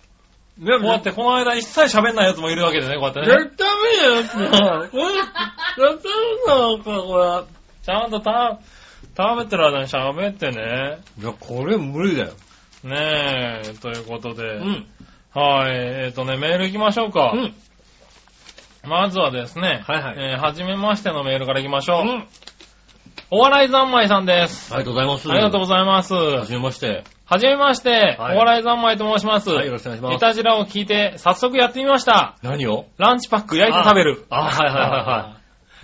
Speaker 3: こうやってこの間一切喋んないやつもいるわけでね、こうやってね。
Speaker 2: 絶対無理だよってさ。これ、やってるんだから、これ。
Speaker 3: ちゃんとた、食べてる間に喋ってね。
Speaker 2: いや、これ無理だよ。
Speaker 3: ねえ、ということで。
Speaker 2: うん。
Speaker 3: はい、えっ、ー、とね、メール行きましょうか。
Speaker 2: うん。
Speaker 3: まずはですね、
Speaker 2: はいはい。
Speaker 3: えー、はじめましてのメールから行きましょう。うん。お笑い三昧さんです。
Speaker 2: ありがとうございます。
Speaker 3: ありがとうございます。
Speaker 2: はじめまして。
Speaker 3: はじめまして、はい、お笑い三昧と申します。
Speaker 2: はい、よろしくお願いします。
Speaker 3: いたじらを聞いて、早速やってみました。
Speaker 2: 何を？
Speaker 3: ランチパック焼いて食べる。
Speaker 2: あ、あはいはいはいはい。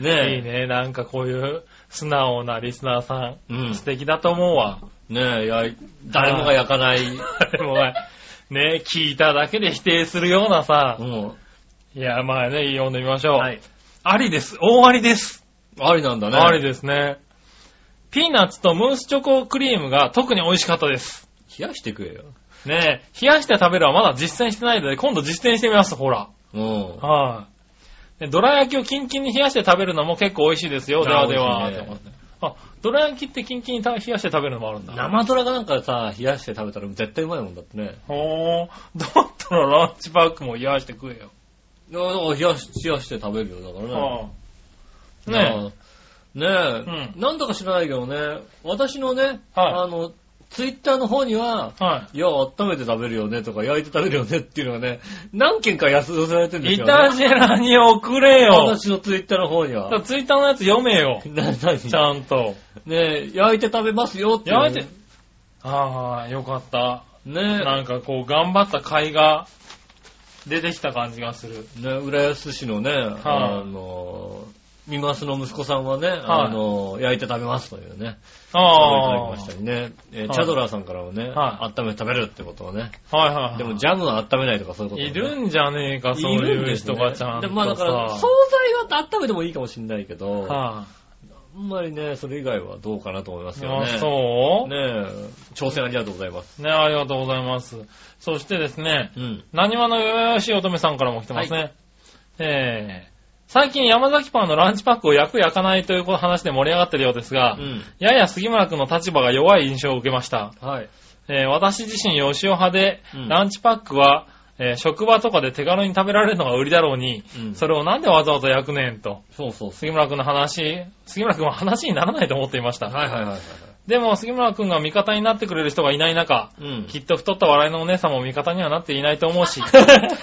Speaker 2: ね
Speaker 3: え。いいね、なんかこういう素直なリスナーさん。うん。素敵だと思うわ。
Speaker 2: ねえ、やい、誰もが焼かない。
Speaker 3: 誰もが、ねえ、聞いただけで否定するようなさ。うん。いや、まあね、読んでみましょう。はい。ありです。大ありです。
Speaker 2: ありなんだね。
Speaker 3: ありですね。ピーナッツとムースチョコクリームが特に美味しかったです。
Speaker 2: 冷やして食えよ。
Speaker 3: ねえ、冷やして食べるはまだ実践してないので、今度実践してみます、ほら。うん。はい、あ。どら焼きをキンキンに冷やして食べるのも結構美味しいですよ、ではでは。ね、あ、どら焼きってキンキンに冷やして食べるのもあるんだ。
Speaker 2: 生ドラがなんかさ、冷やして食べたら絶対うまいもんだってね。
Speaker 3: ほー。だったらランチパックも冷やして食えよ。
Speaker 2: いや、だから冷やし、冷やして食べるよ、だからね。はあ、ねえ。ねえ、うん、なんだか知らないけどね、私のね、はい、あの、ツイッターの方には、はい、いや、温めて食べるよねとか、焼いて食べるよねっていうのがね、何件か寄せられてるんですよね。
Speaker 3: イタジェラに送れよ。
Speaker 2: 私のツイッターの方には。
Speaker 3: ツイッターのやつ読めよ。
Speaker 2: な、なに
Speaker 3: ちゃんと。
Speaker 2: ねえ、焼いて食べますよって。
Speaker 3: 焼いて、ああ、よかった。ねえ。なんかこう、頑張った甲斐が出てきた感じがする。
Speaker 2: ね、浦安市のね、はあ、あの、ミマスの息子さんはね、はい、あの、焼いて食べますというね。ああ。いただきましたりね。えーはい、チャドラーさんからもね、はい、温めて食べるってことはね。はいはい、はい。でもジャムは温めないとかそういうこと、ね、
Speaker 3: いるんじゃねえか、そういう人がちゃんとさ。
Speaker 2: でまあだから、惣菜は温めてもいいかもしれないけど、はあ、あんまりね、それ以外はどうかなと思いますよね。
Speaker 3: あ、そう
Speaker 2: ねえ、挑戦ありがとうございます。
Speaker 3: ね、ありがとうございます。そしてですね、うん、何話のよよよしい乙女さんからも来てますね。はい、えー最近山崎パンのランチパックを焼く焼かないという話で盛り上がっているようですが、うん、やや杉村くんの立場が弱い印象を受けました。はい、えー、私自身吉尾派で、うん、ランチパックは、えー、職場とかで手軽に食べられるのが売りだろうに、うん、それをなんでわざわざ焼くねんと。そうそう。杉村くんの話、杉村くんは話にならないと思っていました。はいはいはいはい。でも杉村くんが味方になってくれる人がいない中、うん、きっと太った笑いのお姉さんも味方にはなっていないと思うし。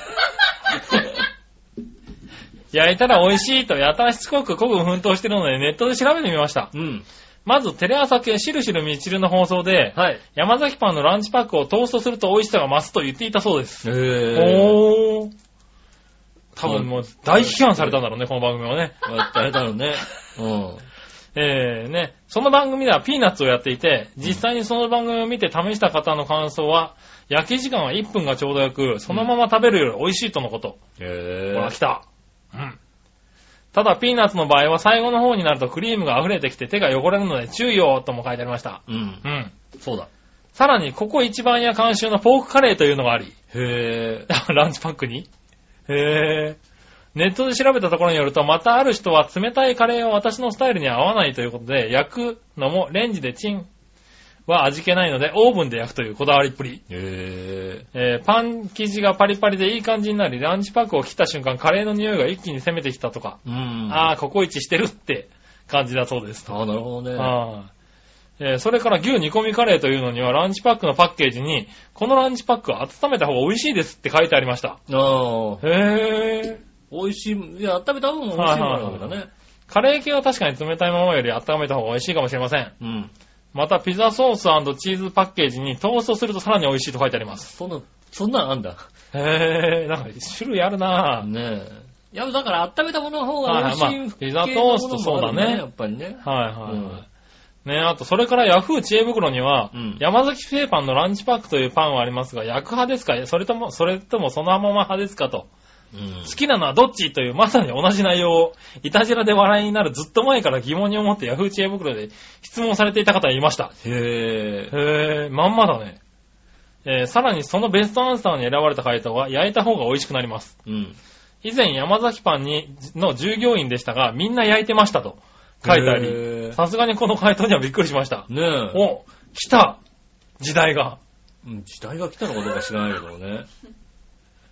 Speaker 3: 焼いたら美味しいとやたらしつこく孤軍奮闘してるのでネットで調べてみました。うん。まずテレ朝系しるしるみちるの放送で、はい、山崎パンのランチパックをトーストすると美味しさが増すと言っていたそうです。へー。おー。多分もう大批判されたんだろうね、この番組はね。
Speaker 2: やれたのね。うん。
Speaker 3: えーね、その番組ではピーナッツをやっていて、実際にその番組を見て試した方の感想は、焼き時間はいっぷんがちょうどよく、そのまま食べるより美味しいとのこと。へー。ほら、来た。うん。ただ、ピーナッツの場合は最後の方になるとクリームが溢れてきて手が汚れるので注意よとも書いてありました。うん。うん。そうだ。さらに、ここ一番や監修のポークカレーというのがあり。へー。ランチパックにへー。ネットで調べたところによると、またある人は冷たいカレーは私のスタイルに合わないということで、焼くのもレンジでチンは味気ないので、オーブンで焼くというこだわりっぷり。へー。えー、パン生地がパリパリでいい感じになり、ランチパックを切った瞬間、カレーの匂いが一気に攻めてきたとか。うん。あー、ココイチしてるって感じだそうです。
Speaker 2: あー、なるほどね。
Speaker 3: あー。えー、それから牛煮込みカレーというのには、ランチパックのパッケージに、このランチパックは温めた方が美味しいですって書いてありました。あー。へー。
Speaker 2: 美味しい。いや、温めた方が美味しいわけだね。
Speaker 3: カレー系は確かに冷たいままより温めた方が美味しいかもしれません。うん。また、ピザソース&チーズパッケージにトーストするとさらに美味しいと書いてあります。
Speaker 2: そんな、そんなのあんだ。
Speaker 3: へぇー、なんか種類あるなぁ。
Speaker 2: ねえ。いや、だから温めたものの方が美味しい、
Speaker 3: まあ。ピザトーストそうだね。
Speaker 2: やっぱりね。
Speaker 3: はいはい、うん。ね、あと、それからヤフー知恵袋には、うん、山崎製パンのランチパックというパンはありますが、焼く派ですかそれとも、それともそのまま派ですかと。うん、好きなのはどっちというまさに同じ内容を、いたじらで笑いになるずっと前から疑問に思ってヤフー知恵袋で質問されていた方がいました。へー。へー、まんまだね。えー、さらにそのベストアンサーに選ばれた回答は、焼いた方が美味しくなります。うん。以前山崎パンにの従業員でしたが、みんな焼いてましたと書いてあり、さすがにこの回答にはびっくりしました。ねえ。お、来た時代が。
Speaker 2: うん、時代が来たのかどうか知らないけどね。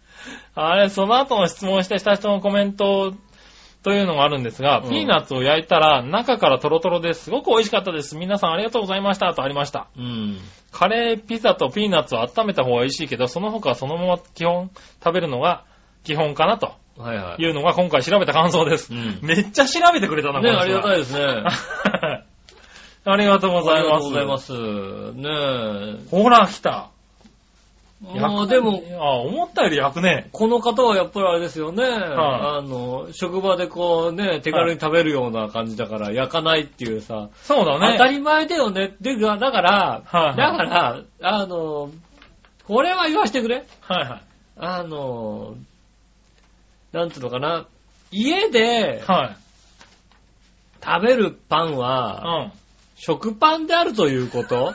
Speaker 3: あれ、その後の質問してした人のコメントというのがあるんですが、うん、ピーナッツを焼いたら中からトロトロですごく美味しかったです。皆さんありがとうございましたとありました。うん、カレー、ピザとピーナッツを温めた方が美味しいけど、その他はそのまま基本食べるのが基本かなと。はいはい。いうのが今回調べた感想です。うん、めっちゃ調べてくれたな、
Speaker 2: ね、ありがたいですね。
Speaker 3: ありがとうございます。ありがと
Speaker 2: うございます。ね
Speaker 3: え。ほら、来た。
Speaker 2: もうでも、
Speaker 3: あ、思ったより焼くね。
Speaker 2: この方はやっぱりあれですよね。はい、あの、職場でこうね、手軽に食べるような感じだから焼かないっていうさ。
Speaker 3: そうだね。
Speaker 2: 当たり前だよね。で、だから、はいはい、だから、あの、これは言わせてくれ。
Speaker 3: はいはい。
Speaker 2: あの、なんつうのかな。家で、はい、食べるパンは、うん、食パンであるということ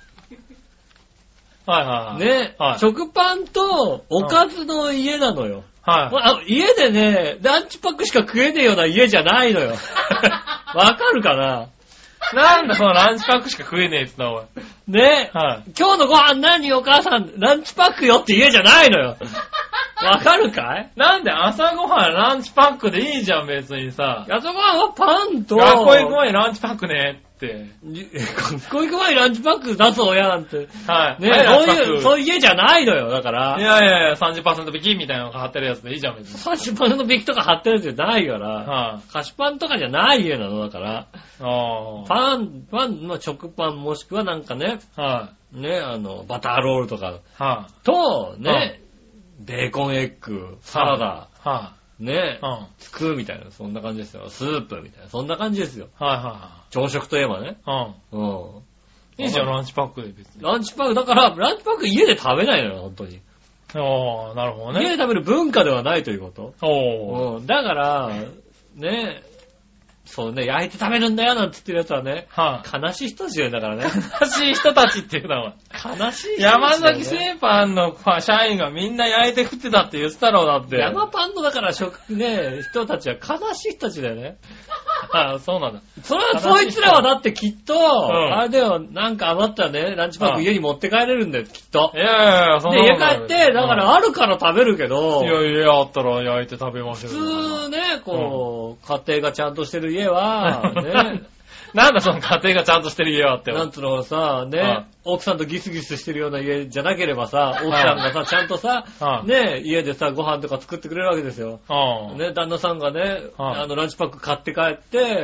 Speaker 3: はいはいはい。
Speaker 2: ね、はい、食パンとおかずの家なのよ。はい。家でね、ランチパックしか食えねえような家じゃないのよ。わかるかな？
Speaker 3: なんだそのランチパックしか食えねえってのは。
Speaker 2: ね、はい、今日のご飯何お母さん、ランチパックよって家じゃないのよ。わかるかい？
Speaker 3: なんで朝ごはんランチパックでいいじゃん別にさ。
Speaker 2: 朝ごはんはパンと。
Speaker 3: 学校行く前にランチパックねって。
Speaker 2: 学校行く前にランチパック出す親なんて。
Speaker 3: はい。
Speaker 2: ね、そういう、そういう家じゃないのよ、だから。
Speaker 3: いやいやいや、さんじゅっパーセント 引きみたいなのが貼ってるやつでいいじゃん別に。
Speaker 2: さんじゅっパーセント 引きとか貼ってるやつじゃないから。はい。菓子パンとかじゃない家なの、だから。あパン、パン、まあ、食パンもしくはなんかね。はい。ね、あの、バターロールとか。はい。と、ね、はいベーコンエッグ、サラダ、はあはあ、ね、うん、つくみたいな、そんな感じですよ。スープみたいな、そんな感じですよ。はいはいはい。朝食といえばね。うん。うん。
Speaker 3: いいじゃん、ランチパックで別に。
Speaker 2: ランチパック、だから、ランチパック家で食べないのよ、本当に。
Speaker 3: ああ、なるほどね。
Speaker 2: 家で食べる文化ではないということ。おうん。だから、ね、そうね、焼いて食べるんだよなんて言ってるやつはね、はあ、悲しい人たちだからね。
Speaker 3: 悲しい人たちっていうのは。
Speaker 2: 悲しい人たち、ね。
Speaker 3: 山崎製パンの社員がみんな焼いて食ってたって言ってたろうだって。
Speaker 2: 山パンのだから食ね、人たちは悲しい人たちだよね。
Speaker 3: ああ、そうなんだ。
Speaker 2: それは、そいつらはだってきっと、うん、あれだよ、なんか余ったらね、ランチパック家に持って帰れるんだよ、きっと。
Speaker 3: いやいやいや、
Speaker 2: そんなで、家帰って、だからあるから食べるけど、
Speaker 3: いやいや、あったら焼いて食べましょう。
Speaker 2: 普通ね、こう、うん、家庭がちゃんとしてる家は、ね、
Speaker 3: なんだその家庭がちゃんとしてる家はって。
Speaker 2: なんつうのさ、ね、はい、奥さんとギスギスしてるような家じゃなければさ、奥さんがさ、ちゃんとさ、はい、ね、家でさ、ご飯とか作ってくれるわけですよ。はい、ね、旦那さんがね、はい、あの、ランチパック買って帰って、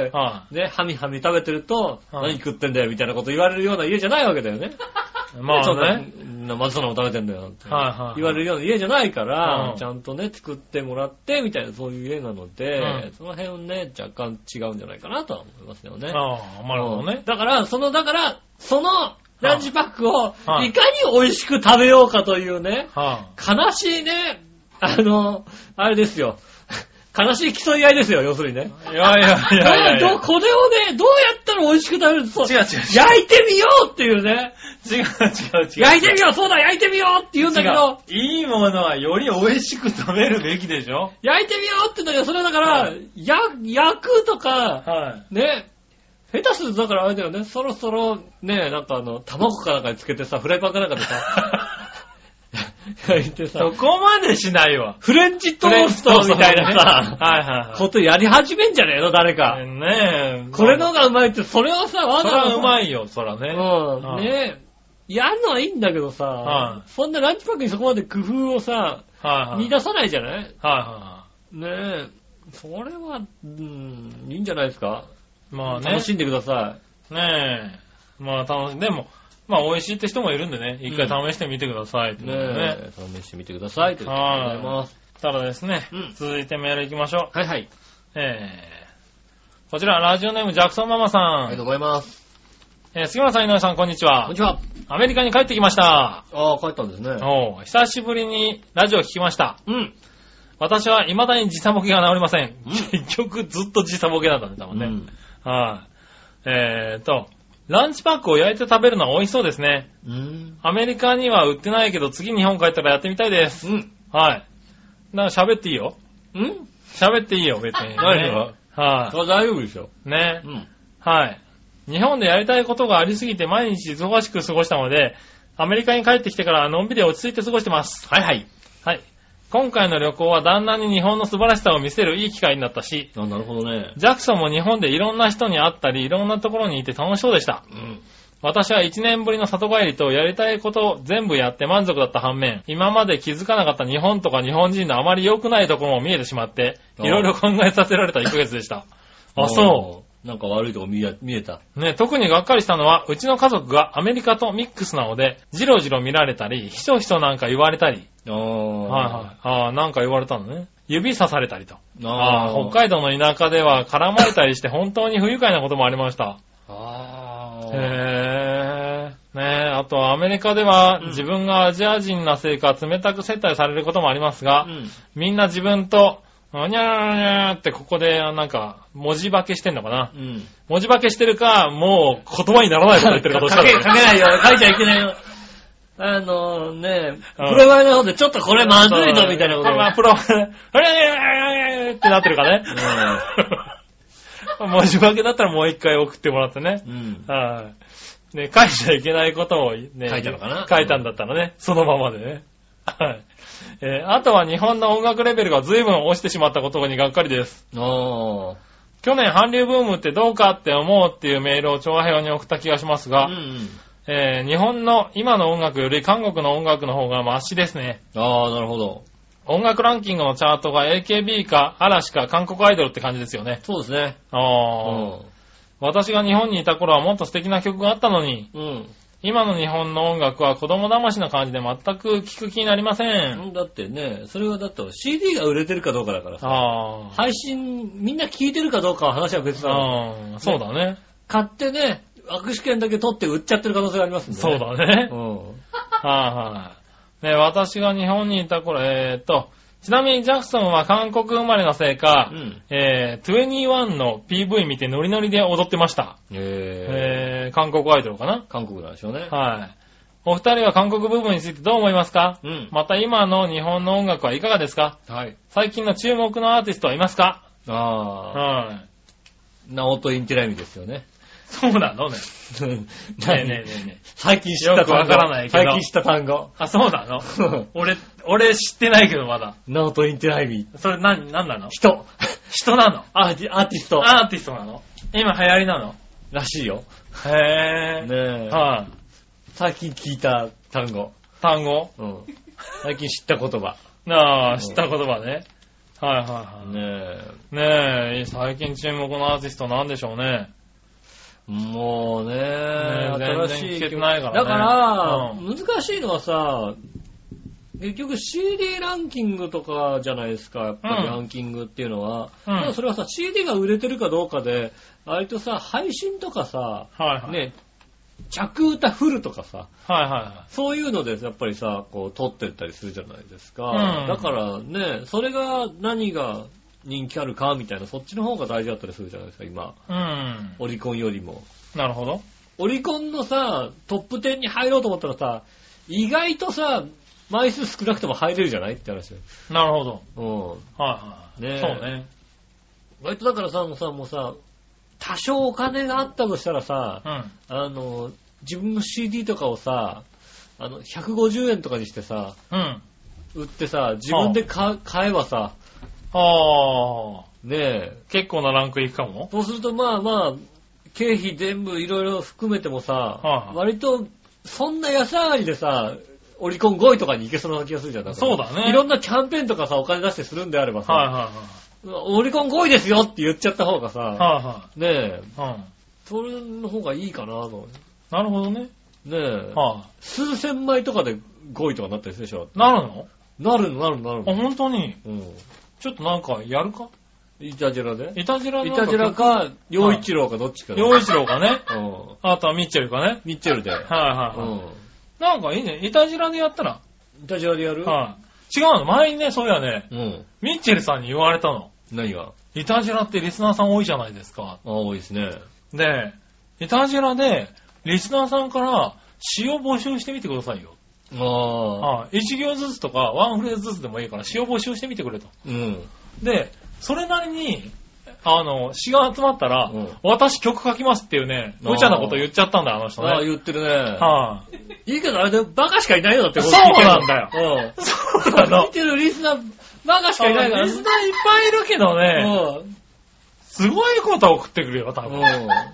Speaker 2: はい、ね、はみはみ食べてると、はい、何食ってんだよみたいなこと言われるような家じゃないわけだよね。
Speaker 3: まあね。
Speaker 2: まずそのも食べてんだよって、はいはい、言われるような家じゃないから、うん、ちゃんとね、作ってもらって、みたいなそういう家なので、うん、その辺をね、若干違うんじゃないかなとは思いますよね。
Speaker 3: ああ、なるほどね。
Speaker 2: だから、その、だから、そのランチパックをいかに美味しく食べようかというね、はあ、悲しいね、あの、あれですよ。悲しい競い合いですよ、要するにね。
Speaker 3: いやいやいやいやいや。
Speaker 2: これをね、どうやったら美味しく食べるそう。
Speaker 3: 違う違う違う。
Speaker 2: 焼いてみようっていうね。
Speaker 3: 違う違う違う。
Speaker 2: 焼いてみようそうだ、焼いてみようって言うんだけど。
Speaker 3: いいものはより美味しく食べるべきでしょ。
Speaker 2: 焼いてみようって言うんだけど、それはだから、はい、や、焼くとか、はい、ね。下手するとだからあれだよね、そろそろね、なんかあの、卵かなんかにつけてさ、フライパンかなんかでさ、焼いてさ。
Speaker 3: そこまでしないわ。
Speaker 2: フレンチトーストみたいなさ、
Speaker 3: はいはいはい。
Speaker 2: ことやり始めんじゃねえの誰か。
Speaker 3: ねえ。
Speaker 2: これのがうまいって、それをさ、わ
Speaker 3: ざわざ。それはうまいよ、そらね。
Speaker 2: うん。ねえ。やるのはいいんだけどさ、はい、そんなランチパックにそこまで工夫をさ、はいはい、見出さないじゃないはいはい。ねえ。それは、うん、いいんじゃないですか。まあね。楽しんでくださ
Speaker 3: い。ねえ。まあ楽しんで、でも、まあ美味しいって人もいるんでね、一回試してみてください、うん。ねえ。
Speaker 2: 試してみてください。ということでございます。
Speaker 3: ただですね、うん、続いてメール行きましょ
Speaker 2: う。はいはい。
Speaker 3: えー、こちら、ラジオネームジャクソンママさん。
Speaker 2: ありがとうございます。
Speaker 3: えー、杉村さん、井上さん、こんにちは。
Speaker 2: こんにちは。
Speaker 3: アメリカに帰ってきました。
Speaker 2: ああ、帰ったんですね。
Speaker 3: おう、久しぶりにラジオ聞きました。
Speaker 2: うん。
Speaker 3: 私は未だに時差ボケが治りません。うん、結局ずっと時差ボケだったんだもんね。うん、はい、えーと、ランチパックを焼いて食べるのは美味しそうですね。うん、アメリカには売ってないけど、次日本帰ったらやってみたいです。うん、はい。なんか喋っていいよ。
Speaker 2: ん
Speaker 3: 喋っていいよ、別に、ね。
Speaker 2: 何が
Speaker 3: はい、
Speaker 2: 大丈夫でしょ。
Speaker 3: ね。うん。はい。日本でやりたいことがありすぎて毎日忙しく過ごしたので、アメリカに帰ってきてからのんびり落ち着いて過ごしてます。
Speaker 2: はいはい。
Speaker 3: はい。 今回の旅行は旦那に日本の素晴らしさを見せるいい機会になったし、
Speaker 2: あ、なるほどね。
Speaker 3: ジャクソンも日本でいろんな人に会ったり、いろんなところにいて楽しそうでした。うん、私はいちねんぶりの里帰りとやりたいことを全部やって満足だった反面、今まで気づかなかった日本とか日本人のあまり良くないところも見えてしまって、いろいろ考えさせられたいっかげつでした。あ、そう。なんか悪いとこ見え、見えた。ね、特にがっかりしたのは、うちの家族がアメリカとミックスなので、じろじろ見られたり、ひそひそなんか言われたり。ああ。はいはい。ああ、なんか言われたのね。指さされたりと。ああ。北海道の田舎では絡まれたりして本当に不愉快なこともありました。ああ。へえ。ねえ、あとアメリカでは、うん、自分がアジア人なせいか冷たく接待されることもありますが、うん、みんな自分と、にゃーにゃーってここでなんか文字化けしてんのかな、うん、文字化けしてるか、もう言葉にならないこと言ってるかどうしたら
Speaker 2: 書け、書けないよ。書いちゃいけないよ。あのー、ね、プロマイの方でちょっとこれまずいぞみたいなこと。まあ、プロマイ、
Speaker 3: あれってなってるかね。うん、文字化けだったらもう一回送ってもらってね。うん、はい。ね、書いちゃいけないことをね、
Speaker 2: 書いたのかな、
Speaker 3: 書いたんだったらね、そのままでね。はい。えー、あとは日本の音楽レベルが随分落ちてしまったことにがっかりです。去年韓流ブームってどうかって思うっていうメールを調和平和に送った気がしますが、うんうん、えー、日本の今の音楽より韓国の音楽の方がマシですね。
Speaker 2: ああ、なるほど。
Speaker 3: 音楽ランキングのチャートが エーケービー か嵐か韓国アイドルって感じですよね。
Speaker 2: そうですね。
Speaker 3: ああ、うん、私が日本にいた頃はもっと素敵な曲があったのに、うん、今の日本の音楽は子供騙しな感じで全く聴く気になりません。
Speaker 2: だってね、それはだって シーディー が売れてるかどうかだからさ。あ、配信、みんな聴いてるかどうかは話は別だ。
Speaker 3: あ、そうだね。
Speaker 2: 買ってね、握手券だけ取って売っちゃってる可能性がありますんでね。
Speaker 3: そうだね。うん。はいはい。ね、私が日本にいた頃、えーっと、ちなみにジャクソンは韓国生まれのせいか、うん、えー、にじゅういちの ピーブイ 見てノリノリで踊ってました。へー。えー、韓国アイドルかな？
Speaker 2: 韓国なんでしょうね。
Speaker 3: はい。お二人は韓国部分についてどう思いますか？うん。また今の日本の音楽はいかがですか？はい。最近の注目のアーティストはいますか？ああ。
Speaker 2: はい。ナオトインティライミですよね。
Speaker 3: そうなのね。ねえねえねえねえ。
Speaker 2: 最近知った単語。
Speaker 3: よくわからないけど。
Speaker 2: 最近知った単語。
Speaker 3: あ、そうなの俺、俺知ってないけどまだ。
Speaker 2: ナオトインティライミ。
Speaker 3: それ何、何なの？
Speaker 2: 人。
Speaker 3: 人なの？
Speaker 2: アーティ、アーティスト。
Speaker 3: アーティストなの？今流行りなの？
Speaker 2: らしいよ。
Speaker 3: へぇー。ねえ。はい。
Speaker 2: 最近聞いた単語。
Speaker 3: 単語？
Speaker 2: うん。最近知った言葉。
Speaker 3: なあ、知った言葉ね。はいはいはい。ねえ。ねえ、最近注目のアーティストなんでしょうね。
Speaker 2: もうね、ね、
Speaker 3: 新しい。全然聞けてないからね。
Speaker 2: だから、うん、難しいのはさ、結局 シーディー ランキングとかじゃないですか、やっぱりランキングっていうのは。うん、ただそれはさ、シーディー が売れてるかどうかで、割とさ、配信とかさ、はいはい、ね、着歌フルとかさ、はいはいはい、そういうのでやっぱりさ、こう撮ってったりするじゃないですか。うん、だからね、それが何が人気あるかみたいな、そっちの方が大事だったりするじゃないですか、今。うん。オリコンよりも。
Speaker 3: なるほど。
Speaker 2: オリコンのさ、トップじゅうに入ろうと思ったらさ、意外とさ、枚数少なくても入れるじゃないって話。
Speaker 3: なるほど。
Speaker 2: うん。
Speaker 3: はいはい。ね、そうね。
Speaker 2: 割とだからさ、もうさ、もうさ、多少お金があったとしたらさ、うん、あの、自分の シーディー とかをさ、あの、ひゃくごじゅうえんとかにしてさ、うん、売ってさ、自分で買えばさ、
Speaker 3: ああ。
Speaker 2: ねえ。
Speaker 3: 結構なランクいくかも？
Speaker 2: そうするとまあまあ、経費全部いろいろ含めてもさ、はあ、割とそんな安上がりでさ、オリコンごいとかに行けそうな気がするじゃん。
Speaker 3: そうだね。
Speaker 2: いろんなキャンペーンとかさ、お金出してするんであればさ、はいはいはい、オリコンごいですよって言っちゃった方がさ、はいはい、ねえ、はい、それの方がいいかなと。
Speaker 3: なるほどね。
Speaker 2: ねえ、はい、数千枚とかでごいとかなったりするでしょ。
Speaker 3: なるの？
Speaker 2: なるのなるのなるの。
Speaker 3: あ、本当に？うん。ちょっとなんかやるか？
Speaker 2: イタジェラで？
Speaker 3: イタジェラ
Speaker 2: イタジェラか、陽一郎かどっちか。
Speaker 3: 陽一郎かね。うん。あとはミッチェルかね。
Speaker 2: ミッチェルで。はい
Speaker 3: はいはい。うん。なんかいいね。イタジェラでやったら。
Speaker 2: イタジェラでやる？
Speaker 3: はい。違うの。前にね、そういやね、うん。ミッチェルさんに言われたの。
Speaker 2: 何が？
Speaker 3: イタジェラってリスナーさん多いじゃないですか。
Speaker 2: あ、多いですね。
Speaker 3: で、イタジェラで、リスナーさんから詩を募集してみてくださいよ。ああ。はい。一行ずつとか、ワンフレーズずつでもいいから詩を募集してみてくれと。うん。で、それなりに、 あの、詩が集まったら、うん、私曲書きますっていうね、無茶なこと言っちゃったんだよ、あの人ね。
Speaker 2: ああ、言ってるね。
Speaker 3: はぁ、
Speaker 2: あ。いいけど、あれでバカしかいないよだって。
Speaker 3: そうなんだよ。
Speaker 2: うん。そうなの。聞いてるリスナー、バカしかいないから。
Speaker 3: リスナーいっぱいいるけどね、うん、すごいこと送ってくるよ、多分。うん。うん。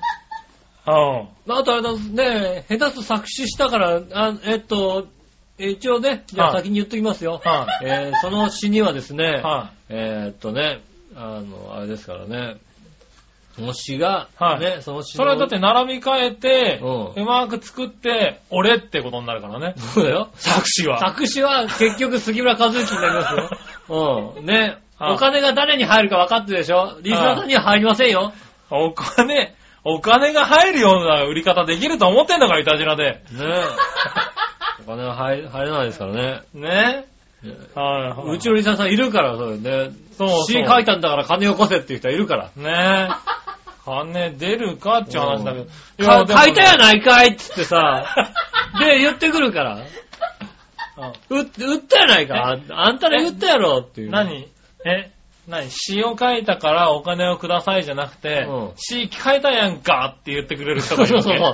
Speaker 2: あとあれだね、下手す作詞したから、あえっと、一応ね、じゃあ先に言っときますよ。はあえー、その詩にはですね、はあ、えー、っとね、あの、あれですからね、その詩が、はい、ね、その詩
Speaker 3: それはだって並び替えて、うん、うまく作って、俺ってことになるからね。
Speaker 2: そうだよ。
Speaker 3: 作詞は。
Speaker 2: 作詞は結局杉村和之になりますよ。うん。ね、はあ、お金が誰に入るか分かってるでしょ？リスナーさんには入りませんよ。
Speaker 3: はあ、お金、お金が入るような売り方できると思ってんだから、イタジラで。ね
Speaker 2: え。お金は入れないですからね。
Speaker 3: ねえ。はいはい。
Speaker 2: うちのリサさんいるから、そうね。そうそう。詩書いたんだから金よこせっていう人はいるから。
Speaker 3: ねえ。金出るかっていう話だけど。
Speaker 2: いや、ね、書いたやないかいっつってさ。で、言ってくるから。う、売ったやないか。あんたら言ったやろっていう。
Speaker 3: 何え何詩を書いたからお金をくださいじゃなくて、うん、詩書いたやんかって言ってくれる人がいるわけ。そうそうそう。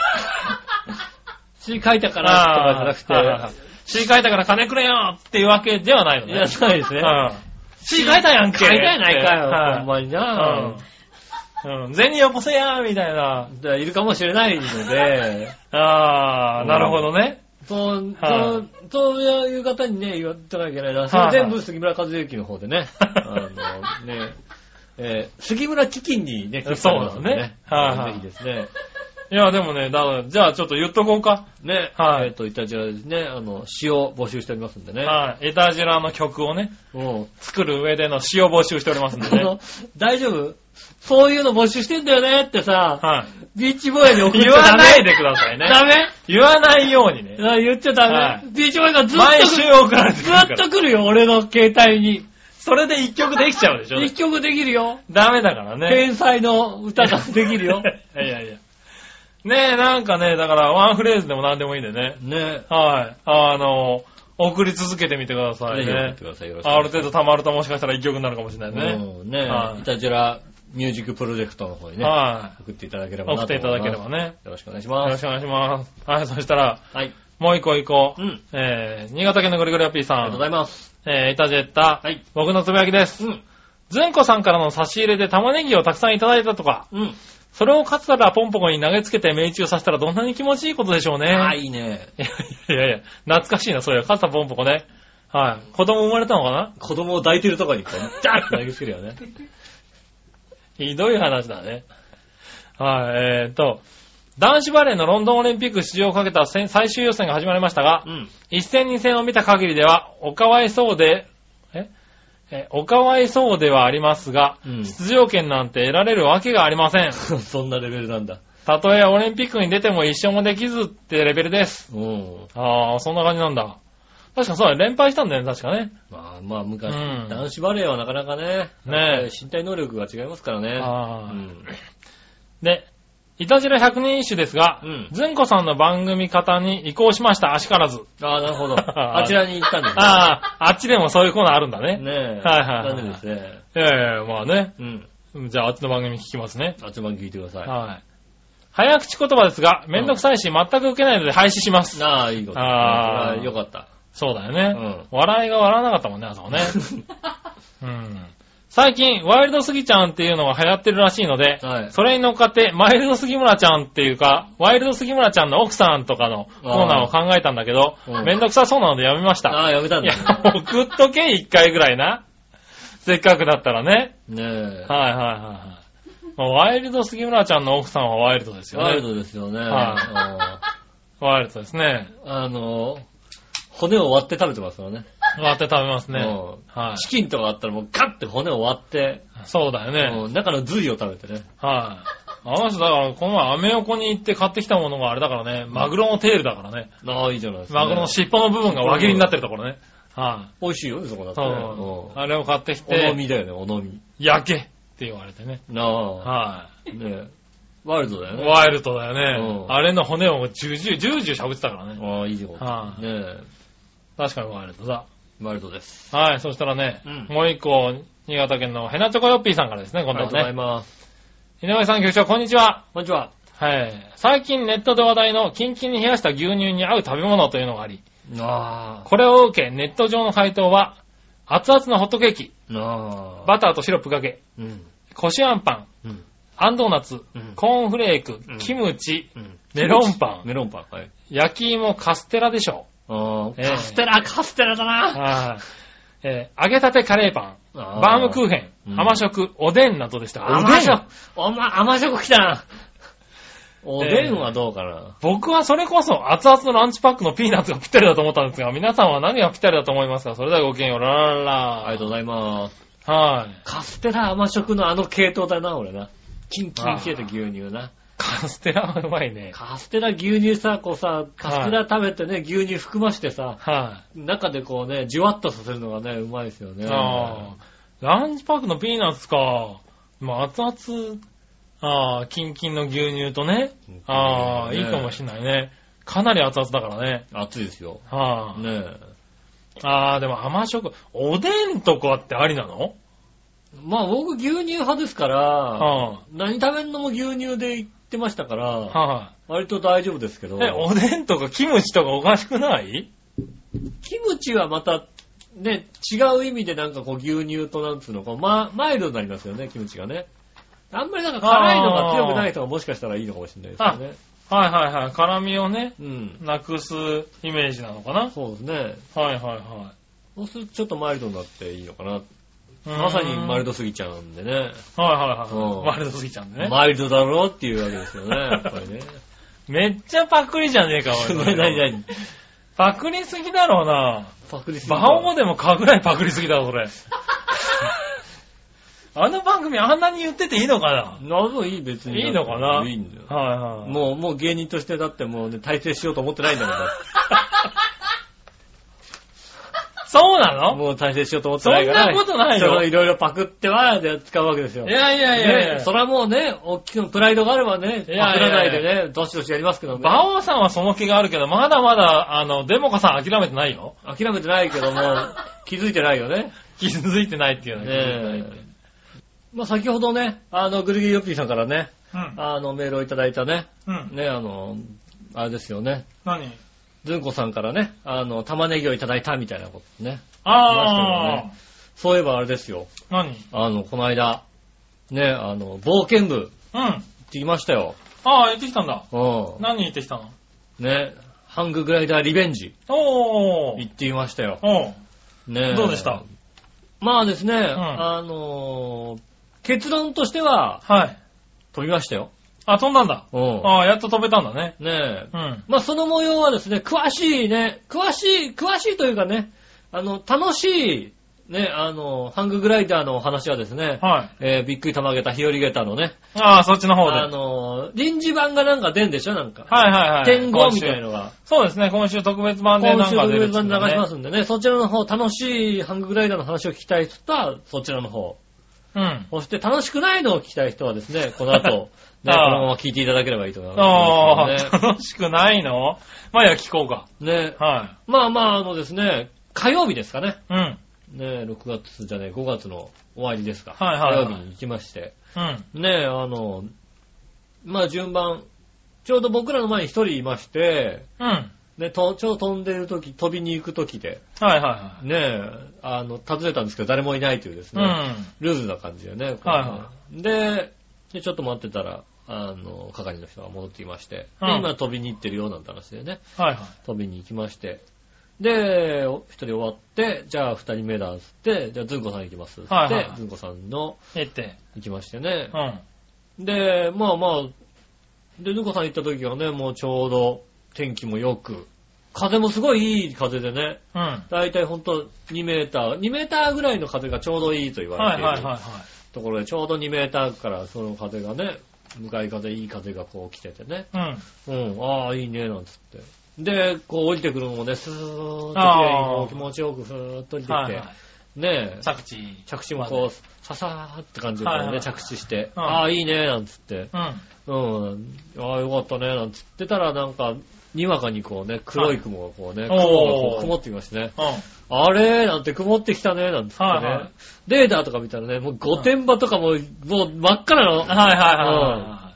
Speaker 2: 詩書いたからとかじゃなくて、
Speaker 3: 詩書いたから金くれよっていうわけではないのね。
Speaker 2: いや、ないですね。
Speaker 3: 詩書いたやんけ。
Speaker 2: 書いたやないかよ。ほんまにな。
Speaker 3: うん。銭よこせやみたいな。
Speaker 2: いるかもしれないので。
Speaker 3: ああ、なるほどね。
Speaker 2: そう、そう、そういう方にね、言ってなきゃいけないな。それ全部杉村和之の方でね。あの、ね、えー、杉村基金にね、
Speaker 3: そうですね。
Speaker 2: はい。ぜひですね。
Speaker 3: いや、でもね、だから、じゃあちょっと言っとこうか。
Speaker 2: ね。はい。えっと、イタジラですね、あの、詩を募集しておりますんでね。
Speaker 3: はい。イタジラの曲をね、うん。作る上での詩を募集しておりますんでね。あの、
Speaker 2: 大丈夫？そういうの募集してんだよねってさ、はい。ビーチボーイに送っちゃ
Speaker 3: ダメ。言わないでくださいね。
Speaker 2: ダメ？
Speaker 3: 言わないようにね。
Speaker 2: 言っちゃダメ。はい、ビーチボーイがずっと
Speaker 3: 毎週送られてくるから。
Speaker 2: ずっと来るよ、俺の携帯に。
Speaker 3: それで一曲できちゃうでしょ。
Speaker 2: 一曲できるよ。
Speaker 3: ダメだからね。
Speaker 2: 天才の歌ができるよ。
Speaker 3: いやいやいや。ねえ、なんかね、だからワンフレーズでも何でもいいんでね。
Speaker 2: ね
Speaker 3: え。はい。あの、送り続けてみてくださいね。
Speaker 2: 送ってください。よろしく。
Speaker 3: ある程度溜まるともしかしたら一曲になるかもしれないね。
Speaker 2: うん、ねえ。はい。イタジラミュージックプロジェクトの方にね。はい。送っていただければなと思います。
Speaker 3: 送っていただければね。
Speaker 2: よろしくお願いします。
Speaker 3: よろしくお願いします。はい、そしたら、
Speaker 2: はい。
Speaker 3: もう一個行こう。うん。えー、新潟県のぐりぐりアッピーさん。
Speaker 2: ありがとうございます。
Speaker 3: えー、イタジェッタ。はい。僕のつぶやきです。うん。ずんこさんからの差し入れで玉ねぎをたくさんいただいたとか。うん。それをカツラポンポコに投げつけて命中させたらどんなに気持ちいいことでしょうね。
Speaker 2: ああ、いいね。
Speaker 3: いやいや、懐かしいな、そういうカツラポンポコね。はい。子供生まれたのかな？
Speaker 2: 子供を抱いてるとこにこう、ダッと投げつけるよね。
Speaker 3: ひどい話だね。はい、えーと、男子バレーのロンドンオリンピック出場をかけた最終予選が始まりましたが、うん、一戦二戦を見た限りでは、おかわいそうで、ええおかわいそうではありますが、うん、出場権なんて得られるわけがありません。
Speaker 2: そんなレベルなんだ。
Speaker 3: たとえオリンピックに出ても一勝もできずってレベルです。ああ、そんな感じなんだ。確かそうだ、連敗したんだよね、確かね。
Speaker 2: まあまあ、昔、うん、男子バレーはなかなかね、ね身体能力が違いますからね。あうん、
Speaker 3: で、イタジラ百人一首ですが、うん、ずんこさんの番組方に移行しました、あしからず。
Speaker 2: ああ、なるほど。あちらに行ったんですね。
Speaker 3: ああ、あっちでもそういうコーナーあるんだね。
Speaker 2: ねえ。
Speaker 3: はいはい。
Speaker 2: 残念ですね。
Speaker 3: いやいやいや、まあね。うん。じゃあ、あっちの番組聞きますね。
Speaker 2: あっちの番組聞いてください。
Speaker 3: はい。早口言葉ですが、めんどくさいし、全く受けないので廃止します。
Speaker 2: ああ、いいこと。ああ、よかった。
Speaker 3: そうだよね。うん。笑いが笑わなかったもんね、あそこね。うん。最近、ワイルドスギちゃんっていうのが流行ってるらしいので、はい、それに乗っかって、マイルド杉村ちゃんっていうか、ワイルド杉村ちゃんの奥さんとかのコーナーを考えたんだけど、めんどくさそうなのでやめました。
Speaker 2: ああ、やめたんだ。い
Speaker 3: や、送っとけ、一回ぐらいな。せっかくだったらね。
Speaker 2: ねえ。はい
Speaker 3: はいはいはい。まあ、ワイルド杉村ちゃんの奥さんはワイルドですよね。
Speaker 2: ワイルドですよね。は
Speaker 3: い。ワイルドですね。
Speaker 2: あの、骨を割って食べてますからね。
Speaker 3: 割って食べますね。
Speaker 2: はい。チキンとかあったらもうガッて骨を割って。
Speaker 3: そうだよね。
Speaker 2: 中の髄を食べてね。
Speaker 3: はい。あの人だから、この前アメ横に行って買ってきたものがあれだからね、マグロのテールだからね。
Speaker 2: ああ、いいじゃないですか、
Speaker 3: ね。マグロの尻尾の部分が輪切りになってるところね。はい。
Speaker 2: 美味しいよね、そこだって、ね。
Speaker 3: あれを買ってきて。
Speaker 2: お飲みだよね、お飲み。
Speaker 3: 焼けって言われてね。
Speaker 2: ああ。
Speaker 3: はい。
Speaker 2: ねワイルドだよね。
Speaker 3: ワイルドだよね。あれの骨をジュージュー、ジュージューしゃぶってたからね。
Speaker 2: ああ、いいじゃん。
Speaker 3: はい。ね確かにワイルドだ。
Speaker 2: マイルドです。
Speaker 3: はい、そしたらね、うん、もう一個、新潟県のヘナチョコヨッピーさんからですね、今度はね。
Speaker 2: ありがとうございます。
Speaker 3: 井上さん局長、こんにちは。
Speaker 2: こんにちは。
Speaker 3: はい。最近ネットで話題のキンキンに冷やした牛乳に合う食べ物というのがあり、あこれを受け、ネット上の回答は、熱々のホットケーキ、あバターとシロップかけ、うん、こしあんパン、うん、あんドーナツ、うん、コーンフレーク、うん、キムチ、うん、メロンパン、
Speaker 2: メロンパン、はい、
Speaker 3: 焼き芋、カステラでしょう。
Speaker 2: あえー、カステラ、カステラだな。
Speaker 3: えー、揚げたてカレーパン、バームクーヘン、うん、甘食、おでんなどでした。
Speaker 2: 甘食おま、甘食来たな。おでんはどうかな、えー、
Speaker 3: 僕はそれこそ熱々のランチパックのピーナッツがぴったりだと思ったんですが、皆さんは何がぴったりだと思いますか？それではごきげんよう、ララララ。
Speaker 2: ありがとうございます。
Speaker 3: はい。
Speaker 2: カステラ甘食のあの系統だな、俺な。キンキン冷えた牛乳な。
Speaker 3: カステラはうまいね。
Speaker 2: カステラ牛乳さ、こうさ、カステラ食べてね、はい、牛乳含ましてさ、はい、中でこうね、じわっとさせるのがね、うまいですよね。
Speaker 3: あランチパックのピーナッツか。まあ、熱々、ああ、キンキンの牛乳とね。ああ、いいかもしれないね。かなり熱々だからね。
Speaker 2: 熱いですよ。
Speaker 3: は
Speaker 2: あ、ねえ。
Speaker 3: ああ、でも甘食、おでんとかってありなの？
Speaker 2: まあ僕牛乳派ですから、はあ、何食べんのも牛乳で言ってましたから、はあ、割と大丈夫ですけど。
Speaker 3: え、おでんとかキムチとかおかしくない？
Speaker 2: キムチはまた、ね、違う意味でなんかこう牛乳となんつうのか、ま、マイルドになりますよね、キムチがね。あんまりなんか辛いのが強くない人がもしかしたらいいのかもしれないですよね。
Speaker 3: はいはいはい。辛みをね、うん、なくすイメージなのかな。
Speaker 2: そうですね。
Speaker 3: はいはいはい。
Speaker 2: そうするとちょっとマイルドになっていいのかな。まさにマイルドすぎちゃうんでね。はい
Speaker 3: はいはい、うん。マイルドすぎちゃうんでね。
Speaker 2: マイルドだろうっていうわけですよね、やっぱりね。
Speaker 3: めっちゃパクリじゃねえか、
Speaker 2: 俺。なになに
Speaker 3: パクリすぎだろうな。
Speaker 2: パクリすぎ。
Speaker 3: バオモでも買うぐらいパクリすぎだろ、それ。あの番組あんなに言ってていいのかな？
Speaker 2: なるいい別に。
Speaker 3: いいのかな？
Speaker 2: いいんだよ。
Speaker 3: はいはい。
Speaker 2: もう、もう芸人としてだってもうね、大成しようと思ってないんだもんだ。
Speaker 3: そうなの？
Speaker 2: もう大成しようと思ってないから。
Speaker 3: そんなことないよ。
Speaker 2: いろいろパクってはで使うわけですよ。
Speaker 3: いやいやいやいや、
Speaker 2: ね。それはもうね、大きくプライドがあればね、パクらないでね、どしどしやりますけどね。
Speaker 3: バオさんはその気があるけど、まだまだ、あの、デモカさん諦めてないよ。
Speaker 2: 諦めてないけども、気づいてないよね。
Speaker 3: 気づいてないっていうね。
Speaker 2: ねまあ、先ほどね、あの、グルギーヨッピーさんからね、うん、あの、メールをいただいたね、うん、ね、あの、あれですよね。
Speaker 3: 何？
Speaker 2: ずんこさんからね、あの、玉ねぎをいただいたみたいなことね。
Speaker 3: ああ、
Speaker 2: ね。そういえばあれですよ。
Speaker 3: 何？
Speaker 2: あの、この間、ね、あの、冒険部、
Speaker 3: うん。行っ
Speaker 2: てきましたよ。
Speaker 3: ああ、行ってきたんだ。
Speaker 2: うん。
Speaker 3: 何行ってきたの？
Speaker 2: ね、ハンググライダーリベンジ。
Speaker 3: おー。
Speaker 2: 行ってきましたよ。
Speaker 3: おー。
Speaker 2: ね。
Speaker 3: どうでした？
Speaker 2: まあですね、うん、あのー、結論としては、
Speaker 3: はい。
Speaker 2: 飛びましたよ。
Speaker 3: あ、飛んだんだ。
Speaker 2: うん。
Speaker 3: ああ、やっと飛べたんだね。
Speaker 2: ねえ。
Speaker 3: うん。
Speaker 2: まあ、その模様はですね、詳しいね、詳しい、詳しいというかね、あの、楽しい、ね、あの、ハンググライダーの話はですね、
Speaker 3: はい。
Speaker 2: えー、びっくり玉げた日和げたのね。
Speaker 3: ああ、そっちの方で。
Speaker 2: あの、臨時版がなんか出んでしょなんか。
Speaker 3: はいはいはい。
Speaker 2: 点ごみたいのが。
Speaker 3: そうですね、今週特別版でなんか出る、ね。今週特別版
Speaker 2: で流しますんでね、そちらの方、楽しいハンググライダーの話を聞きたい人は、そちらの方。
Speaker 3: うん。
Speaker 2: そして楽しくないのを聞きたい人はですね、この後、ね、このまま聞いていただければいいと思います、ね。
Speaker 3: ああ、楽しくないの？まあいや、聞こうか。
Speaker 2: ね。
Speaker 3: はい。
Speaker 2: まあまあ、あのですね、火曜日ですかね。
Speaker 3: うん。
Speaker 2: ね、ろくがつじゃね、ごがつの終わりですか。
Speaker 3: はいはい、はい。
Speaker 2: 火曜日に行きまして。
Speaker 3: うん。
Speaker 2: ね、あの、まあ順番、ちょうど僕らの前に一人いまして、
Speaker 3: うん。
Speaker 2: ね、と、ちょうど飛んでる時、飛びに行く時で。
Speaker 3: はいはいはい。
Speaker 2: ねえ、あの、訪ねたんですけど、誰もいないというですね。
Speaker 3: うん。
Speaker 2: ルーズな感じでね。
Speaker 3: はいはい。
Speaker 2: で、で、ちょっと待ってたら、あの、係の人が戻ってきまして。うん、で、今飛びに行ってるようなんて話でね。
Speaker 3: はいはい。
Speaker 2: 飛びに行きまして。で、一人終わって、じゃあ二人目だっつって、じゃあずんこさん行きますっつって、はいはい、ずんこさんの、
Speaker 3: 行って。
Speaker 2: 行きましてね。
Speaker 3: うん。
Speaker 2: で、まあまあ、で、ずんこさん行った時はね、もうちょうど天気も良く、風もすごいいい風でね。
Speaker 3: うん。
Speaker 2: だいたいほんとにメーター、にメーターぐらいの風がちょうどいいと言われている。
Speaker 3: はいはいはいはい。
Speaker 2: ところでちょうどにメーターからその風がね、向かい風、いい風がこう来ててね。
Speaker 3: うん。
Speaker 2: うん、ああ、いいね、なんつって。で、こう降りてくるのもね、スーッと綺麗に気持ちよくふーっと降りてきて、はいはい、ねえ、
Speaker 3: 着地。
Speaker 2: 着地もこう、ささーって感じで、ねはいはい、着地して、
Speaker 3: うん、
Speaker 2: ああ、いいね、なんつって。
Speaker 3: うん。
Speaker 2: うん。ああ、よかったね、なんつってたら、なんか、 にわかにこうね、黒い雲がこうね、雲がこう曇ってきましてね。あれーなんて曇ってきたね、なんつってね。はいはい、レーダーとか見たらね、もう御殿場とかも、もう真っ赤なの。はいはいはい。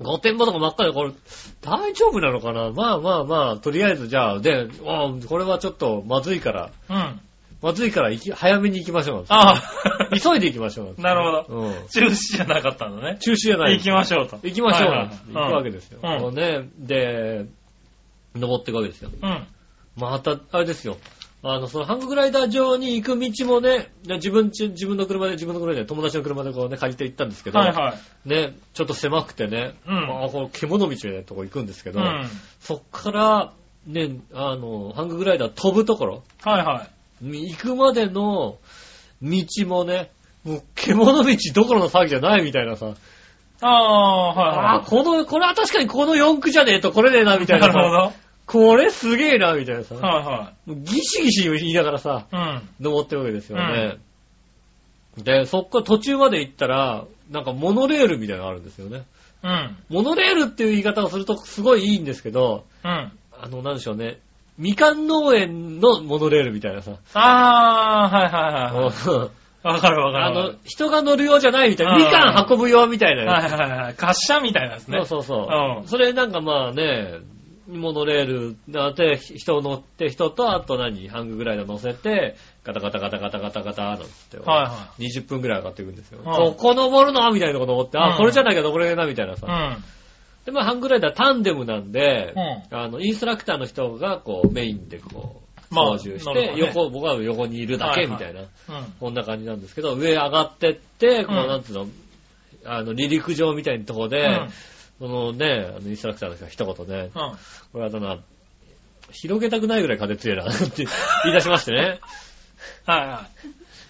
Speaker 2: 御殿場とか真っ赤で、これ、大丈夫なのかな？まあまあまあ、とりあえずじゃあ、で、あこれはちょっとまずいから、うん。まずいから行き、早めに行きましょう。ああ。急いで行きましょう。
Speaker 3: なるほど。うん。中止じゃなかったんだね。
Speaker 2: 中止じゃない。
Speaker 3: 行きましょうと。
Speaker 2: 行きましょう。はいはい、行くわけですよ。うん。ね、で、登っていくわけですよ。うん。また、あれですよ。あの、そのハンググライダー上に行く道もね、自分ち、自分の車で、自分の車で、友達の車でこうね、借りて行ったんですけど、はいはい。ね、ちょっと狭くてね、うん。あこの獣道みたいなとこ行くんですけど、うん。そっから、ね、あの、ハンググライダー飛ぶところ、はいはい。行くまでの道もね、もう獣道どころの騒ぎじゃないみたいなさ。ああ、はいはい。ああ、この、これは確かにこのよん区じゃねえとこれねえなみたいな。なるほど。これすげえなみたいなさ。はいはい。ギシギシ言いながらさ、うん、登ってるわけですよね。うん、で、そっから途中まで行ったら、なんかモノレールみたいなのがあるんですよね。うん。モノレールっていう言い方をするとすごいいいんですけど、うん。あの、なんでしょうね。みかん農園のモノレールみたいなさ。あー、はいはいはい。わかるわかる。あの、人が乗るようじゃないみたいな。みかん運ぶよみたいな。はいはいはい。滑車みたいなですね。そうそうそう。うん、それなんかまあね、モノレールだって、人乗って人と、あと何、ハンググライダー乗せて、ガタガタガタガタガタガタなんつって、はいはい、にじゅっぷんぐらい上がっていくんですよ。はい、ここ登るのみたいなとこ登って、うん、あ、これじゃなきゃ登れねえなみたいなさ。うんで、まあ、ハンググライダータンデムなんで、うん、あの、インストラクターの人が、こう、メインで、こう、操縦して、まあね、横、僕は横にいるだけ、みたいな、はいはいうん、こんな感じなんですけど、上上がってって、こう、うん、なんつうの、あの、離陸場みたいなところで、うん、そのね、あの、インストラクターの人が一言ね、うん、これはだな、広げたくないぐらい風強いな、って言い出しましてね。はいはい。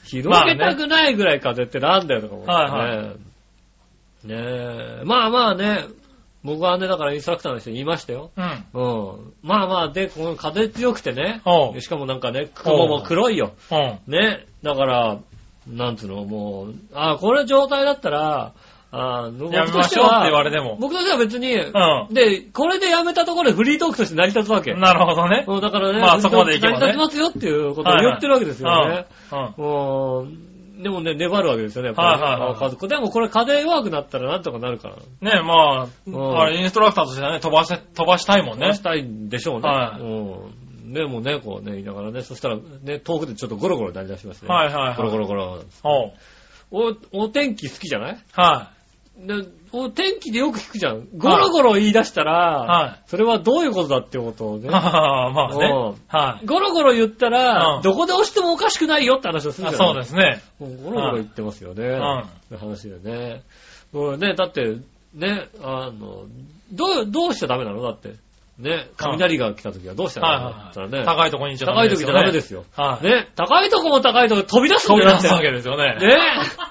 Speaker 2: 広げたくないぐらい風ってなんだよ、とか思ってね。はいはい、ねえ、まあまあね、僕はね、だからインストラクターの人に言いましたよ。うん。うん。まあまあ、で、この風強くてね。しかもなんかね、雲も黒いよ。うん。ね。だから、なんつうの、もう、あ、これ状態だったら、あ僕としては、って言われても。僕としては別に、うん。で、これでやめたところでフリートークとして成り立つわけ。なるほどね。うん、だからね、まあそこまで行けばね。成り立ちますよっていうことを言ってるわけですよね。うん。うんでもね、粘るわけですよね。やっぱりはいはいはい。でもこれ風弱くなったらなんとかなるから。ねまあ、うん、あれインストラクターとしてはね、飛ばせ、飛ばしたいもんね。飛ばしたいんでしょうね。はい。うん。でもね、こうね、言いながらね、そしたらね、遠くでちょっとゴロゴロ鳴り出しますね。はいはいはい。ゴロゴロゴロ。お、お天気好きじゃないはい。でお天気でよく聞くじゃん。ゴロゴロ言い出したら、はい、それはどういうことだってことをね。まあね。はい。ゴロゴロ言ったら、うん、どこで押してもおかしくないよって話をするじゃん。そうですね。ゴロゴロ言ってますよね。うん。そういう話だよね。もうね、だって、ね、あの、どう、どうしちゃダメなのだって。ね、雷が来た時はどうしたらダメだったらね。高いとこに行っちゃダメですよね。高い時じゃダメですよ。はい。ね、高いとこも高いとこ飛び出すんだよ。飛び出すわけですよね。ね。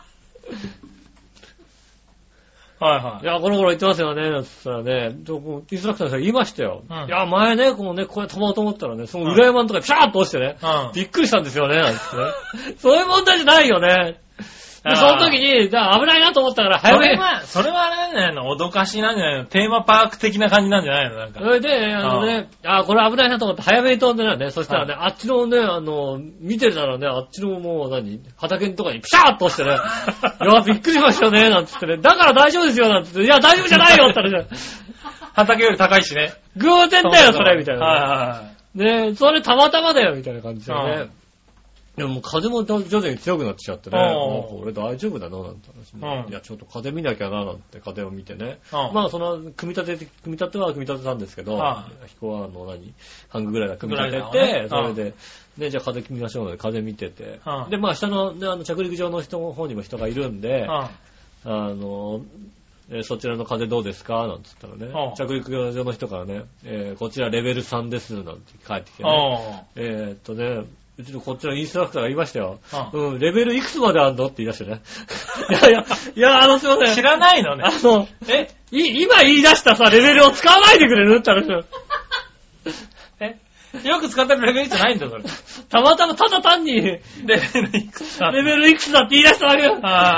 Speaker 2: はいはい。いや、ゴロゴロ言ってますよね、なんつったらね、インストラクターの人が言いましたよ。うん、いや、前ね、こうね、これ飛ぼうと思ったらね、その裏山のとかピシャーッと落ちてね、うん、びっくりしたんですよね、なんつってね。そういう問題じゃないよね。で、その時に、じゃあ危ないなと思ったから早めに。それは、それはあれなんじゃないの脅かしなんじゃないのテーマパーク的な感じなんじゃないのなんか。それで、あのね、あ、これ危ないなと思って早めに飛んでなね、そしたらね、はい、あっちのね、あの、見てたらね、あっちのもう何、畑のとこにピシャーッと落ちてね、いや、びっくりしましたよね、なんつってね、だから大丈夫ですよ、なんつって、いや、大丈夫じゃないよって言ったらね、畑より高いしね。偶然だよ、それ、みたいな。はいはいはい。ね、それたまたまだよ、みたいな感じでね。でも風も徐々に強くなってきちゃってね。俺大丈夫だな、なんて話ね、うん。いや、ちょっと風見なきゃな、なんて風を見てね。まあ、その、組み立て、組み立ては組み立てたんですけど、飛行はあの、何、ハングぐらいだ組み立てて、ね、それで、ね、じゃあ風見ましょうので、風見てて。で、まあ、下の、ね、あの、着陸場の人の方にも人がいるんで、あの、えー、そちらの風どうですかなんつったらね、着陸場の人からね、えー、こちらレベルさんです、なんて帰ってきてね。えー、っとね、ちょっとこっちのインストラクターが言いましたよ。うん、レベルいくつまであんのって言い出してね。いやいや、いや、あの、すいません。知らないのね。あの、え、い、今言い出したさ、レベルを使わないでくれるって話よ。えよく使ってるレベルじゃないんだよ、それ。たまたまただ単に、レベルいくつだレベルいくつだって言い出したわけよ。あ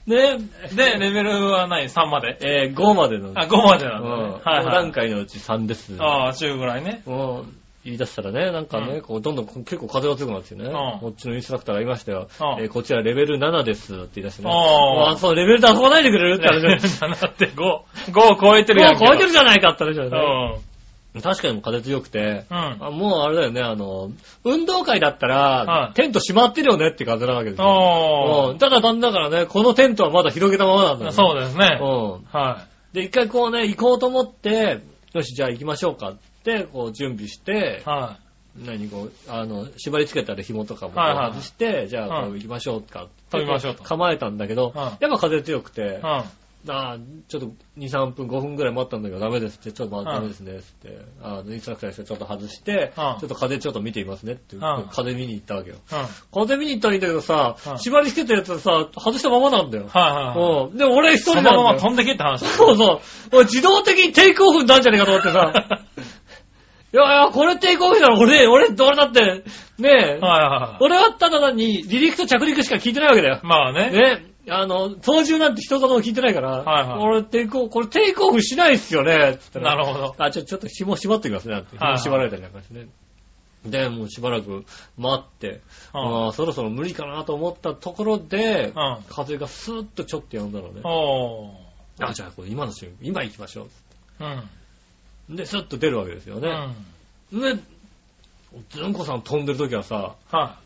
Speaker 3: ね。で、レベルは何 ?さん まで
Speaker 2: えー、ごまでの。
Speaker 3: あ、ごまでなんだね。うん、
Speaker 2: はい、はい。ご段階のうちさんです。
Speaker 3: ああ、中ぐらいね。
Speaker 2: うん。言い出したらね、なんかね、うん、こうどんどん結構風が強くなってね、うん、こっちのインストラクターが言いましたよ。うん、えー、こちらレベルななですって言い出してね。ああ、そう、レベルで遊ばないでくれるって話。レベル
Speaker 3: ななってご、ごを超えてるやん。
Speaker 2: ごを超えてるじゃないかって話だよね。うん、確かにも風強くて、うん、あ、もうあれだよね、あの、運動会だったら、うん、テント閉まってるよねって風なわけですよ。うん、ただだからね、このテントはまだ広げたままなんだよね。
Speaker 3: そうですね。
Speaker 2: うん。はい。で、一回こうね、行こうと思って、よし、じゃあ行きましょうか。で、こう準備して、はい、何こう、あの、縛り付けたら紐とかも外して、はいはい、じゃあこう行きましょうか。
Speaker 3: 飛びましょうと。
Speaker 2: 構えたんだけど、うん、やっぱ風強くて、うん、あちょっとに、さんぷん、ごふんぐらい待ったんだけどダメですって、ちょっとダメですねって、あの、インストラクターの人ちょっと外して、うん、ちょっと風ちょっと見てみますねって、うん、風見に行ったわけよ。うん、風見に行ったらいいんだけどさ、うん、縛り付けたやつさ、外したままなんだよ。はいはいはい、うん。で、俺一人なんだよ。
Speaker 3: そのまま飛んでけって話だ。
Speaker 2: そうそう。自動的にテイクオフになるんじゃねえかと思ってさ。いやいや、これテイクオフだろ、俺、俺、俺だって、ねえ、はいはい、俺はただ単に離陸と着陸しか聞いてないわけだよ。
Speaker 3: まあね。
Speaker 2: ね、あの、操縦なんて一言も聞いてないから、はいはい、俺テイクオフ、これテイクオフしないっすよね、つったら。
Speaker 3: なるほど。
Speaker 2: あ、ちょ、ちょっと紐縛ってきますね、って。紐縛られたりなんかしてね。はいはい、で、もうしばらく待って、ああ、そろそろ無理かなと思ったところで、うん、風がスーッとちょっとやんだろうね。おあ、じゃあこれ今の瞬間、今行きましょう。うん。で、スッと出るわけですよね。うん。で、ずんこさん飛んでるときはさ、はい。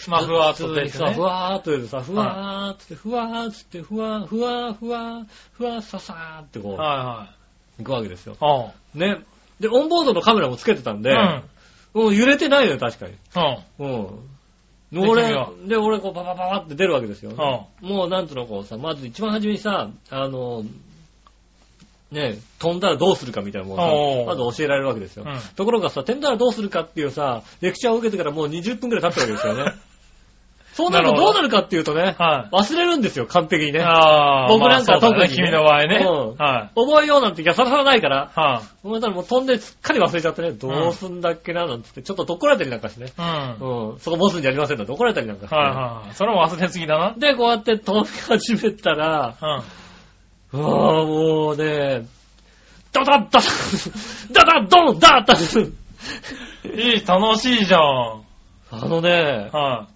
Speaker 2: まあ、ふわーっと出てさ、ふわーっと出てさ、ふわーっとふわーっつって、ふわー、ふわー、ふわー、ふわー、ささーってこう、はいはい。行くわけですよ。ね。で、オンボードのカメラもつけてたんで、うん。もう揺れてないのよ、確かに。うん。うん。俺、で、俺、こう、ババババって出るわけですよ。うん。もう、なんとのこうさ、まず一番初めにさ、あの、ね、飛んだらどうするかみたいなものをさ、まず教えられるわけですよ。うん、ところがさ、飛んだらどうするかっていうさ、レクチャーを受けてからもうにじゅっぷんくらい経ってるわけですよね。そうなるとどうなるかっていうとね、はい、忘れるんですよ、完璧にね。あ僕なんか特に、ね、
Speaker 3: 君の場合ね、
Speaker 2: うんはい。覚えようなんて気がさらさらないから、はい、思ったらもう飛んですっかり忘れちゃってね、どうすんだっけななんつって、ちょっと怒られたりなんかしてね。うんうん、そこボスにやりませんだって怒られたりなんかして、ね。はいはい、
Speaker 3: それも忘れすぎだな。
Speaker 2: で、こうやって飛び始めたら、うん、うわぁ、もうね、ダダッダダッダダッドンダッダッ
Speaker 3: いい、楽しいじゃん。
Speaker 2: あのね、はい、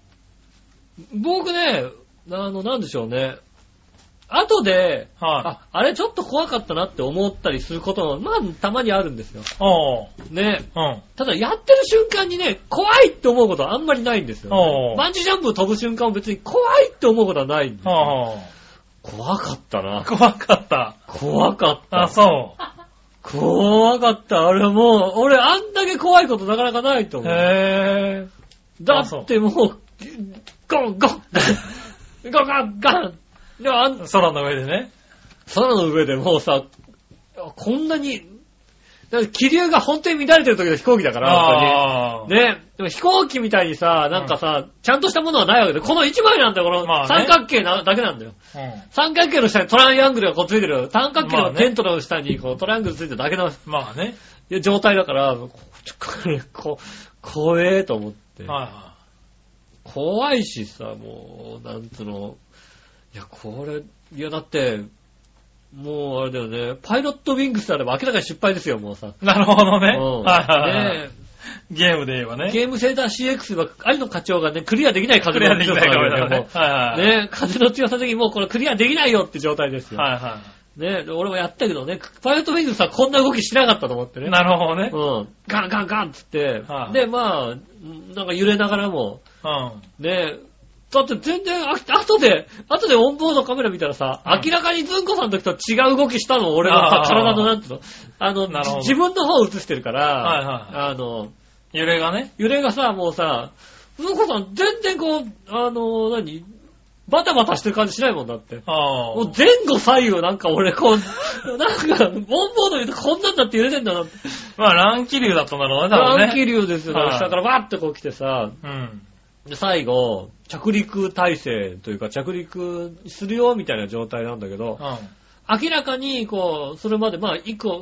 Speaker 2: 僕ね、あの、なんでしょうね。後で、はい、あ、あれちょっと怖かったなって思ったりすることも、まあ、たまにあるんですよ。ね、うん。ただ、やってる瞬間にね、怖いって思うことはあんまりないんですよ、ね。バンジージャンプ飛ぶ瞬間も別に怖いって思うことはないんですよ。怖かったな。
Speaker 3: 怖かった。
Speaker 2: 怖かった。
Speaker 3: あ、そう。
Speaker 2: 怖かった。あれもう、俺あんだけ怖いことなかなかないと思う。へー。だってもう、ゴンゴンゴンゴンゴンでもあん
Speaker 3: 空の上でね。
Speaker 2: 空の上でもうさ、こんなに、気流が本当に乱れてる時の飛行機だから、本当に。ね。でも飛行機みたいにさ、なんかさ、うん、ちゃんとしたものはないわけで、この一枚なんだよ、この三角形な、だけなんだよ、うん。三角形の下にトライアングルがこうついてる。三角形のテントの下にこうトライアングルついてるだけの、まあね、状態だから、これ、こ、怖えと思って。はいはい、怖いしさ、もう、なんつうの。いや、これ、いやだって、もうあれだよね。パイロットウィングスであれば明らかに失敗ですよ、もうさ。
Speaker 3: なるほどね。うん、はいはいはい。ね、ゲームで言えばね。
Speaker 2: ゲームセーター シーエックス は、有野課長がね、クリアできない風の強さだよね。はいはい。ね、風の強さ的にもうこれクリアできないよって状態ですよ。はいはい。ね、俺もやったけどね、パイロットウィングスはこんな動きしなかったと思ってね。
Speaker 3: なるほどね。
Speaker 2: うん。ガンガンガンっつって、はい、で、まあ、なんか揺れながらも、うん。ね、だって全然、あ、後で、後でオンボードカメラ見たらさ、うん、明らかにズンコさんの時と違う動きしたの、俺の体のなんていうの。あの、自分の方を映してるから、はいはい、あの、
Speaker 3: 揺れがね。
Speaker 2: 揺れがさ、もうさ、ズンコさん全然こう、あの、何バタバタしてる感じしないもんだって。もう前後左右なんか俺こう、なんか、オンボード見るとこんなんだって揺れてんだなって。
Speaker 3: まあ乱気流だったんだろうね、多分ね。
Speaker 2: 乱気流ですよ、ね。下からバーってこう来てさ、うん。で、最後、着陸体制というか、着陸するよみたいな状態なんだけど、うん、明らかに、こう、それまで、まあ、一個、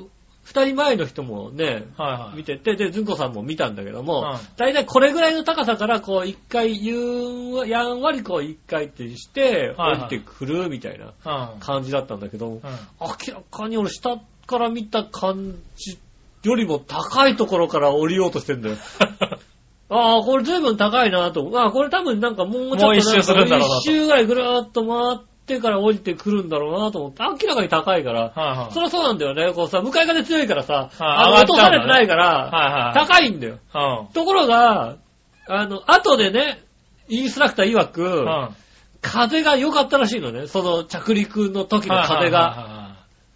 Speaker 2: 二人前の人もね、はいはい、見てて、で、ずんこさんも見たんだけども、だいたいこれぐらいの高さからこう一回ゆやんわりこう一回転して降りてくるみたいな感じだったんだけど、はいはい、明らかに俺下から見た感じよりも高いところから降りようとしてんだよ。ああ、これ随分高いなと。ああ、これ多分なんかもうちょっとなんか一周するんだろうなと。一周ぐらいぐるーっと回ってから降りてくるんだろうなと思って、明らかに高いから、はいはい、そりゃそうなんだよね。こうさ、向かい風強いからさ、はい、あの落とされてないから、はいはい、高いんだよ、はい。ところが、あの、後でね、インストラクター曰く、はい、風が良かったらしいのね。その着陸の時の風が。はいはいはいはい、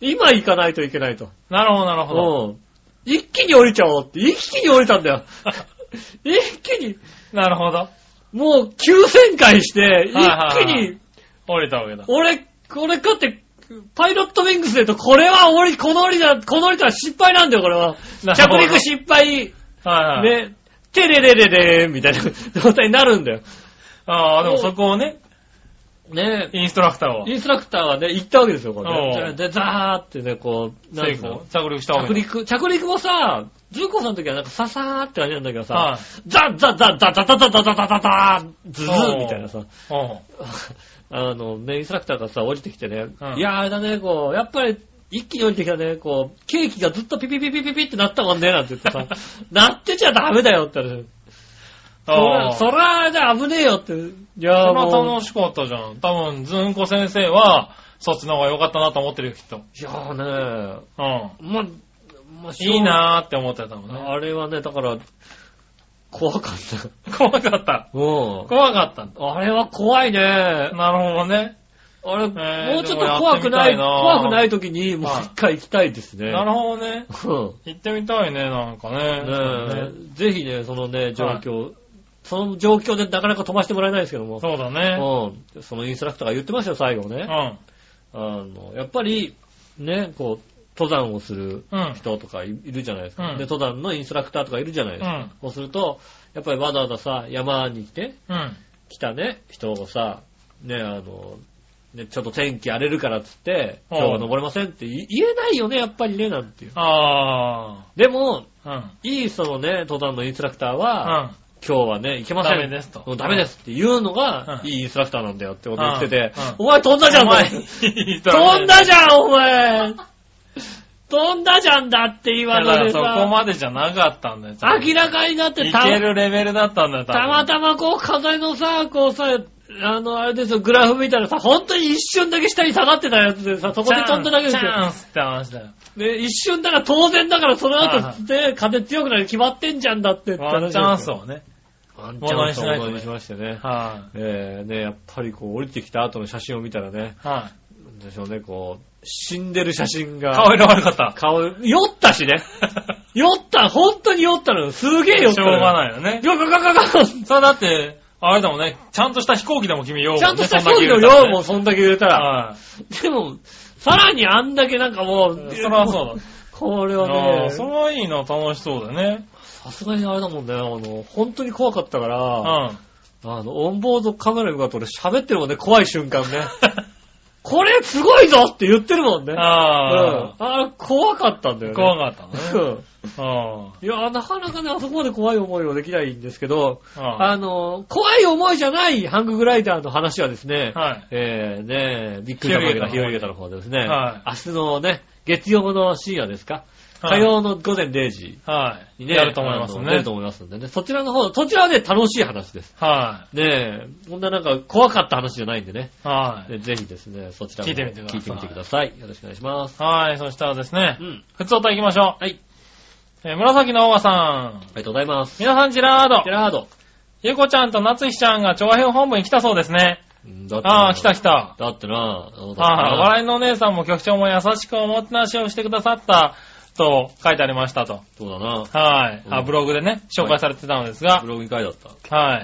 Speaker 2: 今行かないといけないと。
Speaker 3: なるほど、なるほど。うん。
Speaker 2: 一気に降りちゃおうって、一気に降りたんだよ。一気に。
Speaker 3: なるほど。
Speaker 2: もう急旋回して、一気に。
Speaker 3: 降りたわけだ。
Speaker 2: 俺、これかって、パイロットウィングスでと、これは降り、この降りだ、この降りたら失敗なんだよ、これは。着陸失敗。はいはい。ね。テレレレレーみたいな状態になるんだよ。
Speaker 3: ああ、でもそこをね。
Speaker 2: ね
Speaker 3: インストラクターは。
Speaker 2: インストラクターはね、行ったわけですよ、これ。で、ザーってね、こう、
Speaker 3: 成功。着陸したわけ。
Speaker 2: 着陸、着陸もさ、ズンコさんの時はなんかササーって感じなんだけどさ、はい、ザザザザザザザザザザザザズズーみたいなさ、あのね、インストラクターがさ、降りてきてね、いやーあれだね、こう、やっぱり一気に降りてきたね、こう、ケーキがずっとピピピピピピってなったもんね、なんて言ってさ、なってちゃダメだよって言ってあそら、じゃあ危ねえよって。い
Speaker 3: やーもう。それは楽しかったじゃん。多分、ずんこ先生は、そっちの方が良かったなと思ってるよ、きっと。
Speaker 2: いやーねー。うん。ま、
Speaker 3: まあ、いいなーって思ってたもんね。
Speaker 2: あれはね、だから、怖かっ
Speaker 3: た。怖かった。うん。怖かった。
Speaker 2: あれは怖いね。
Speaker 3: なるほどね。
Speaker 2: あれ、えー、もうちょっと怖くない、怖くない時に、もう一回行きたいですね。
Speaker 3: なるほどね。うん。行ってみたいね、なんかね。
Speaker 2: ねえ。ぜひね、そのね、状況、はい、その状況でなかなか飛ばしてもらえないですけども。
Speaker 3: そうだね。
Speaker 2: うん。そのインストラクターが言ってましたよ、最後ね。うん。あの、やっぱり、ね、こう、登山をする人とかいるじゃないですか、うん。で、登山のインストラクターとかいるじゃないですか。うん、そうすると、やっぱりわざわざさ、山に来て、うん、来たね、人をさ、ね、あの、ね、ちょっと天気荒れるからっつって、今日は登れませんって言えないよね、やっぱりね、なんていう。あー。でも、うん、いいそのね、登山のインストラクターは、うん今日はね、行けません。
Speaker 3: ダメですと。
Speaker 2: ダメですって言うのが、いいインストラクターなんだよってこと言ってて、お前飛んだじゃん、お前。飛んだじゃん、お前。飛んだじゃんだって言われてさ。
Speaker 3: そこまでじゃなかったんだよ。
Speaker 2: 明らかになって
Speaker 3: た。いけるレベルだったんだよ、
Speaker 2: たまたまこう、風のさ、こうさ、あの、あれですよ、グラフ見たらさ、本当に一瞬だけ下に下がってたやつでさ、そこで飛んだだけですよ。チ
Speaker 3: ャンスって話だよ。
Speaker 2: で、一瞬だから当然だからその後で風強くなるに決まってんじゃんだってって
Speaker 3: 話。チャンスをね。
Speaker 2: ワンチャンスをものにしましてね。はい、えー、ね、やっぱりこう降りてきた後の写真を見たらね。はい。でしょうね、こう、死んでる写真が。
Speaker 3: 顔色悪かった。
Speaker 2: 顔、酔ったしね。酔った、本当に酔ったの。すげえ酔ったの。
Speaker 3: しょうがないよね。
Speaker 2: よかかかか。
Speaker 3: そうだって、あれだもんね、ちゃんとした飛行機でも君酔うもんね。
Speaker 2: ちゃんとした飛行機でも酔うもん、そんだけ入れたら。はい。でも、さらにあんだけなんかもう、
Speaker 3: それはそうだ。
Speaker 2: これはね。
Speaker 3: それはいいの、楽しそうだね。
Speaker 2: さすがにあれだもんね、あの、本当に怖かったから、うん、あの、オンボードカメラに向かって俺喋ってるもんね、怖い瞬間ね。これすごいぞって言ってるもんね。あ、うん、あ、怖かったんだよね。
Speaker 3: 怖かったね。
Speaker 2: あいや、なかなかね、あそこまで怖い思いはできないんですけど、あ, あの、怖い思いじゃないハンググライダーの話はですね、はい、えー、ね、ビッグジャパンが日和型の方でですね、はい、明日のね、月曜の深夜ですか、火曜の午前れいじにね、
Speaker 3: やると思いますね。
Speaker 2: 出ると思いますんでね。そちらの方、そちらはね、楽しい話です。はい。ねえ、こんななんか怖かった話じゃないんでね。はい。ぜひですね、そちらも聞いてみてください。聞いてみてください。よろしくお願いします。
Speaker 3: はい、そしたらですね、うん。ふつおた行きましょう。はい。えー、紫のオーガさん。あ
Speaker 2: りがとうございます。
Speaker 3: 皆さん、ジェラード。
Speaker 2: ジェラード。
Speaker 3: ゆこちゃんとなつひちゃんが調和編本部に来たそうですね。だってああ、来た来た。
Speaker 2: だってな。
Speaker 3: ああ、笑いのお姉さんも局長も優しくおもてなしをしてくださった。と書いてありましたと。
Speaker 2: そうだな。
Speaker 3: はい。あ、ブログでね、紹介されてたのですが。
Speaker 2: ブログに書いてあった。
Speaker 3: はい。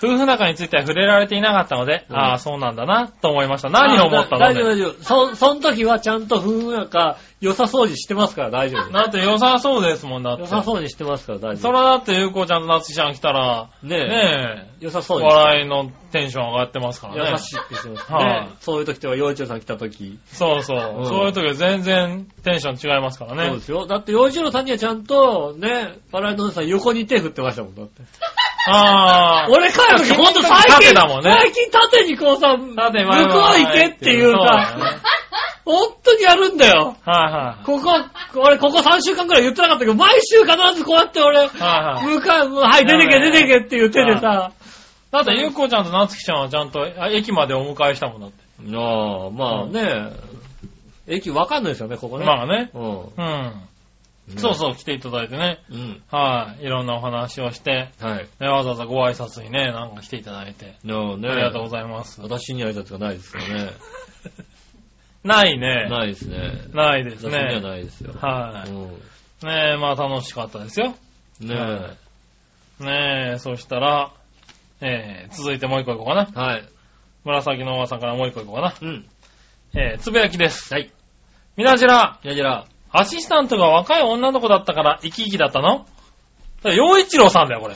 Speaker 3: 夫婦仲については触れられていなかったので、うん、ああ、そうなんだな、と思いました。何を思ったのね。
Speaker 2: 大丈夫、大丈夫。そ、その時はちゃんと夫婦仲、良さそうにしてますから大丈夫。
Speaker 3: だって良さそうですもんだって。
Speaker 2: 良さそうにしてますから大丈夫。
Speaker 3: それはだってゆうこちゃんとなつきちゃん来たら、ねえ、ね
Speaker 2: え、良さそうに。
Speaker 3: 笑いのテンション上がってますからね。
Speaker 2: 優しくしてますね。はい、そういう時とは、洋一郎さん来た時。
Speaker 3: そうそう。うん、そういう時は全然テンション違いますからね。
Speaker 2: そうですよ。だって洋一郎さんにはちゃんと、ね、笑いのおじさん横に手振ってましたもん、だって。
Speaker 3: ああ。
Speaker 2: 俺帰る時ほんと最近、だもんね、最近縦にこうさ、向こう行けっていうか、ほんとにやるんだよ。
Speaker 3: はいはい。
Speaker 2: ここ、俺ここさんしゅうかんくらい言ってなかったけど、毎週必ずこうやって俺、はいはい。向かう、はい、出てけ出てけっていう手でさ。
Speaker 3: だってゆうこちゃんとなつきちゃんはちゃんと駅までお迎えしたもんだって。
Speaker 2: ああ、まあね、駅わかんないですよね、ここね。
Speaker 3: まあね。うん。うん。そうそう、来ていただいてね。うん。はい。いろんなお話をして、はい。ね、わざわざご挨拶にね、なんか来ていただいて。のね。ありがとうございます。
Speaker 2: 私に挨拶がないですよね。
Speaker 3: ないね。
Speaker 2: ないですね。
Speaker 3: ないですね。
Speaker 2: 私にはないですよ。
Speaker 3: はい。うん、ねえ、まあ楽しかったですよ。ねえ。はい、ねえ、そしたら、えー、続いてもう一個いこうかな。はい。紫のおばさんからもう一個いこうかな。うん。えー、つぶやきです。はい。みなじら。
Speaker 2: みなじら。
Speaker 3: アシスタントが若い女の子だったから生き生きだったの？陽一郎さんだよ、これ。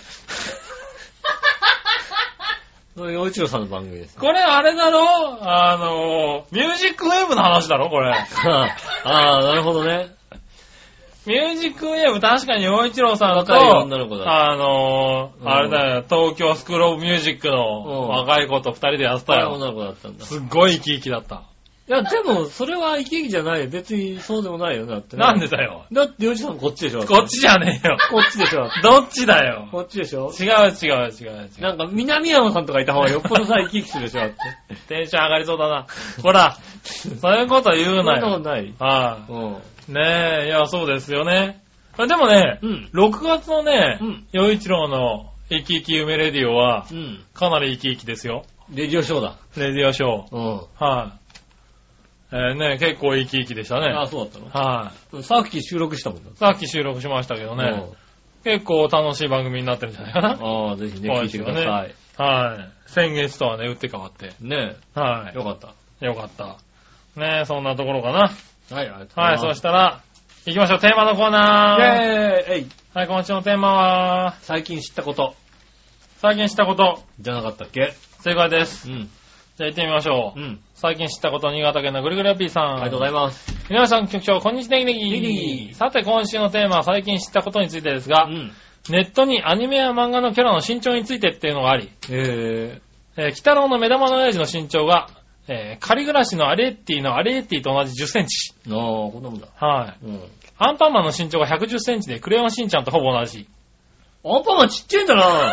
Speaker 2: 陽一郎さんの番組です、
Speaker 3: ね。これあれだろ？あのー、ミュージックウェーブの話だろ、これ。あ
Speaker 2: あ、なるほどね。
Speaker 3: ミュージックウェーブ、確かに陽一郎さんと、
Speaker 2: 若い女の子だ。
Speaker 3: あのー、あれだよ、東京スクールオブミュージックの若い子と二人でやってたよ。
Speaker 2: 女の子だったんだ。
Speaker 3: すっごい生き生きだった。
Speaker 2: いや、でも、それは生き生きじゃないよ。別にそうでもないよ。だって、
Speaker 3: ね。なんでだよ。
Speaker 2: だって、洋一さんこっちでしょ。
Speaker 3: こっちじゃねえよ。
Speaker 2: こっちでしょ。
Speaker 3: どっちだよ。
Speaker 2: こっちでしょ。
Speaker 3: 違う違う違う違う。
Speaker 2: なんか、南山さんとかいた方がよっぽどさ、生き生きするでしょ。って。
Speaker 3: テンション上がりそうだな。ほら、そういうこと言うなよ。
Speaker 2: そんなことない。
Speaker 3: はい、うん。ねえ、いや、そうですよね。でもね、うん、ろくがつのね、洋、うん、一郎の生き生き夢レディオは、うん、かなり生き生きですよ。
Speaker 2: レディオショーだ。
Speaker 3: レディオショー。うん。はい、あ、えー、ね、結構生き生きでしたね。
Speaker 2: ああ、そうだったの？
Speaker 3: はい、
Speaker 2: あ。さっき収録したもんだ。
Speaker 3: さっき収録しましたけどね。結構楽しい番組になってるんじゃないかな。
Speaker 2: ああ、ぜひね、聞いてください。
Speaker 3: ね、はい。先月とはね、打って変わって。
Speaker 2: ね
Speaker 3: え。はい。
Speaker 2: よかった。
Speaker 3: よかった。ねえ、そんなところかな。はい、
Speaker 2: ありがとうございます。
Speaker 3: はい、そしたら、行きましょう、テーマのコーナー。
Speaker 2: イェーイ。
Speaker 3: はい、今週のテーマは、
Speaker 2: 最近知ったこと。
Speaker 3: 最近知ったこと。
Speaker 2: じゃなかったっけ？
Speaker 3: 正解です。うん。じゃあ行ってみましょう。うん。最近知ったこと、新潟県のぐるぐる P さん。
Speaker 2: ありがとうございます。
Speaker 3: 皆さん、局長、こんにちは、ネギネギ。さて、今週のテーマは最近知ったことについてですが、うん、ネットにアニメや漫画のキャラの身長についてっていうのがあり、
Speaker 2: へー。
Speaker 3: えー、鬼太郎の目玉の親父の身長が、えー、仮暮らしのアレッティのアレッティと同じじゅっセンチ。
Speaker 2: ああ、こんなもんだ。
Speaker 3: はい。うん。アンパンマンの身長がひゃくじゅっセンチで、クレヨンしんちゃんとほぼ同じ。
Speaker 2: アンパンマンちっちゃいんだな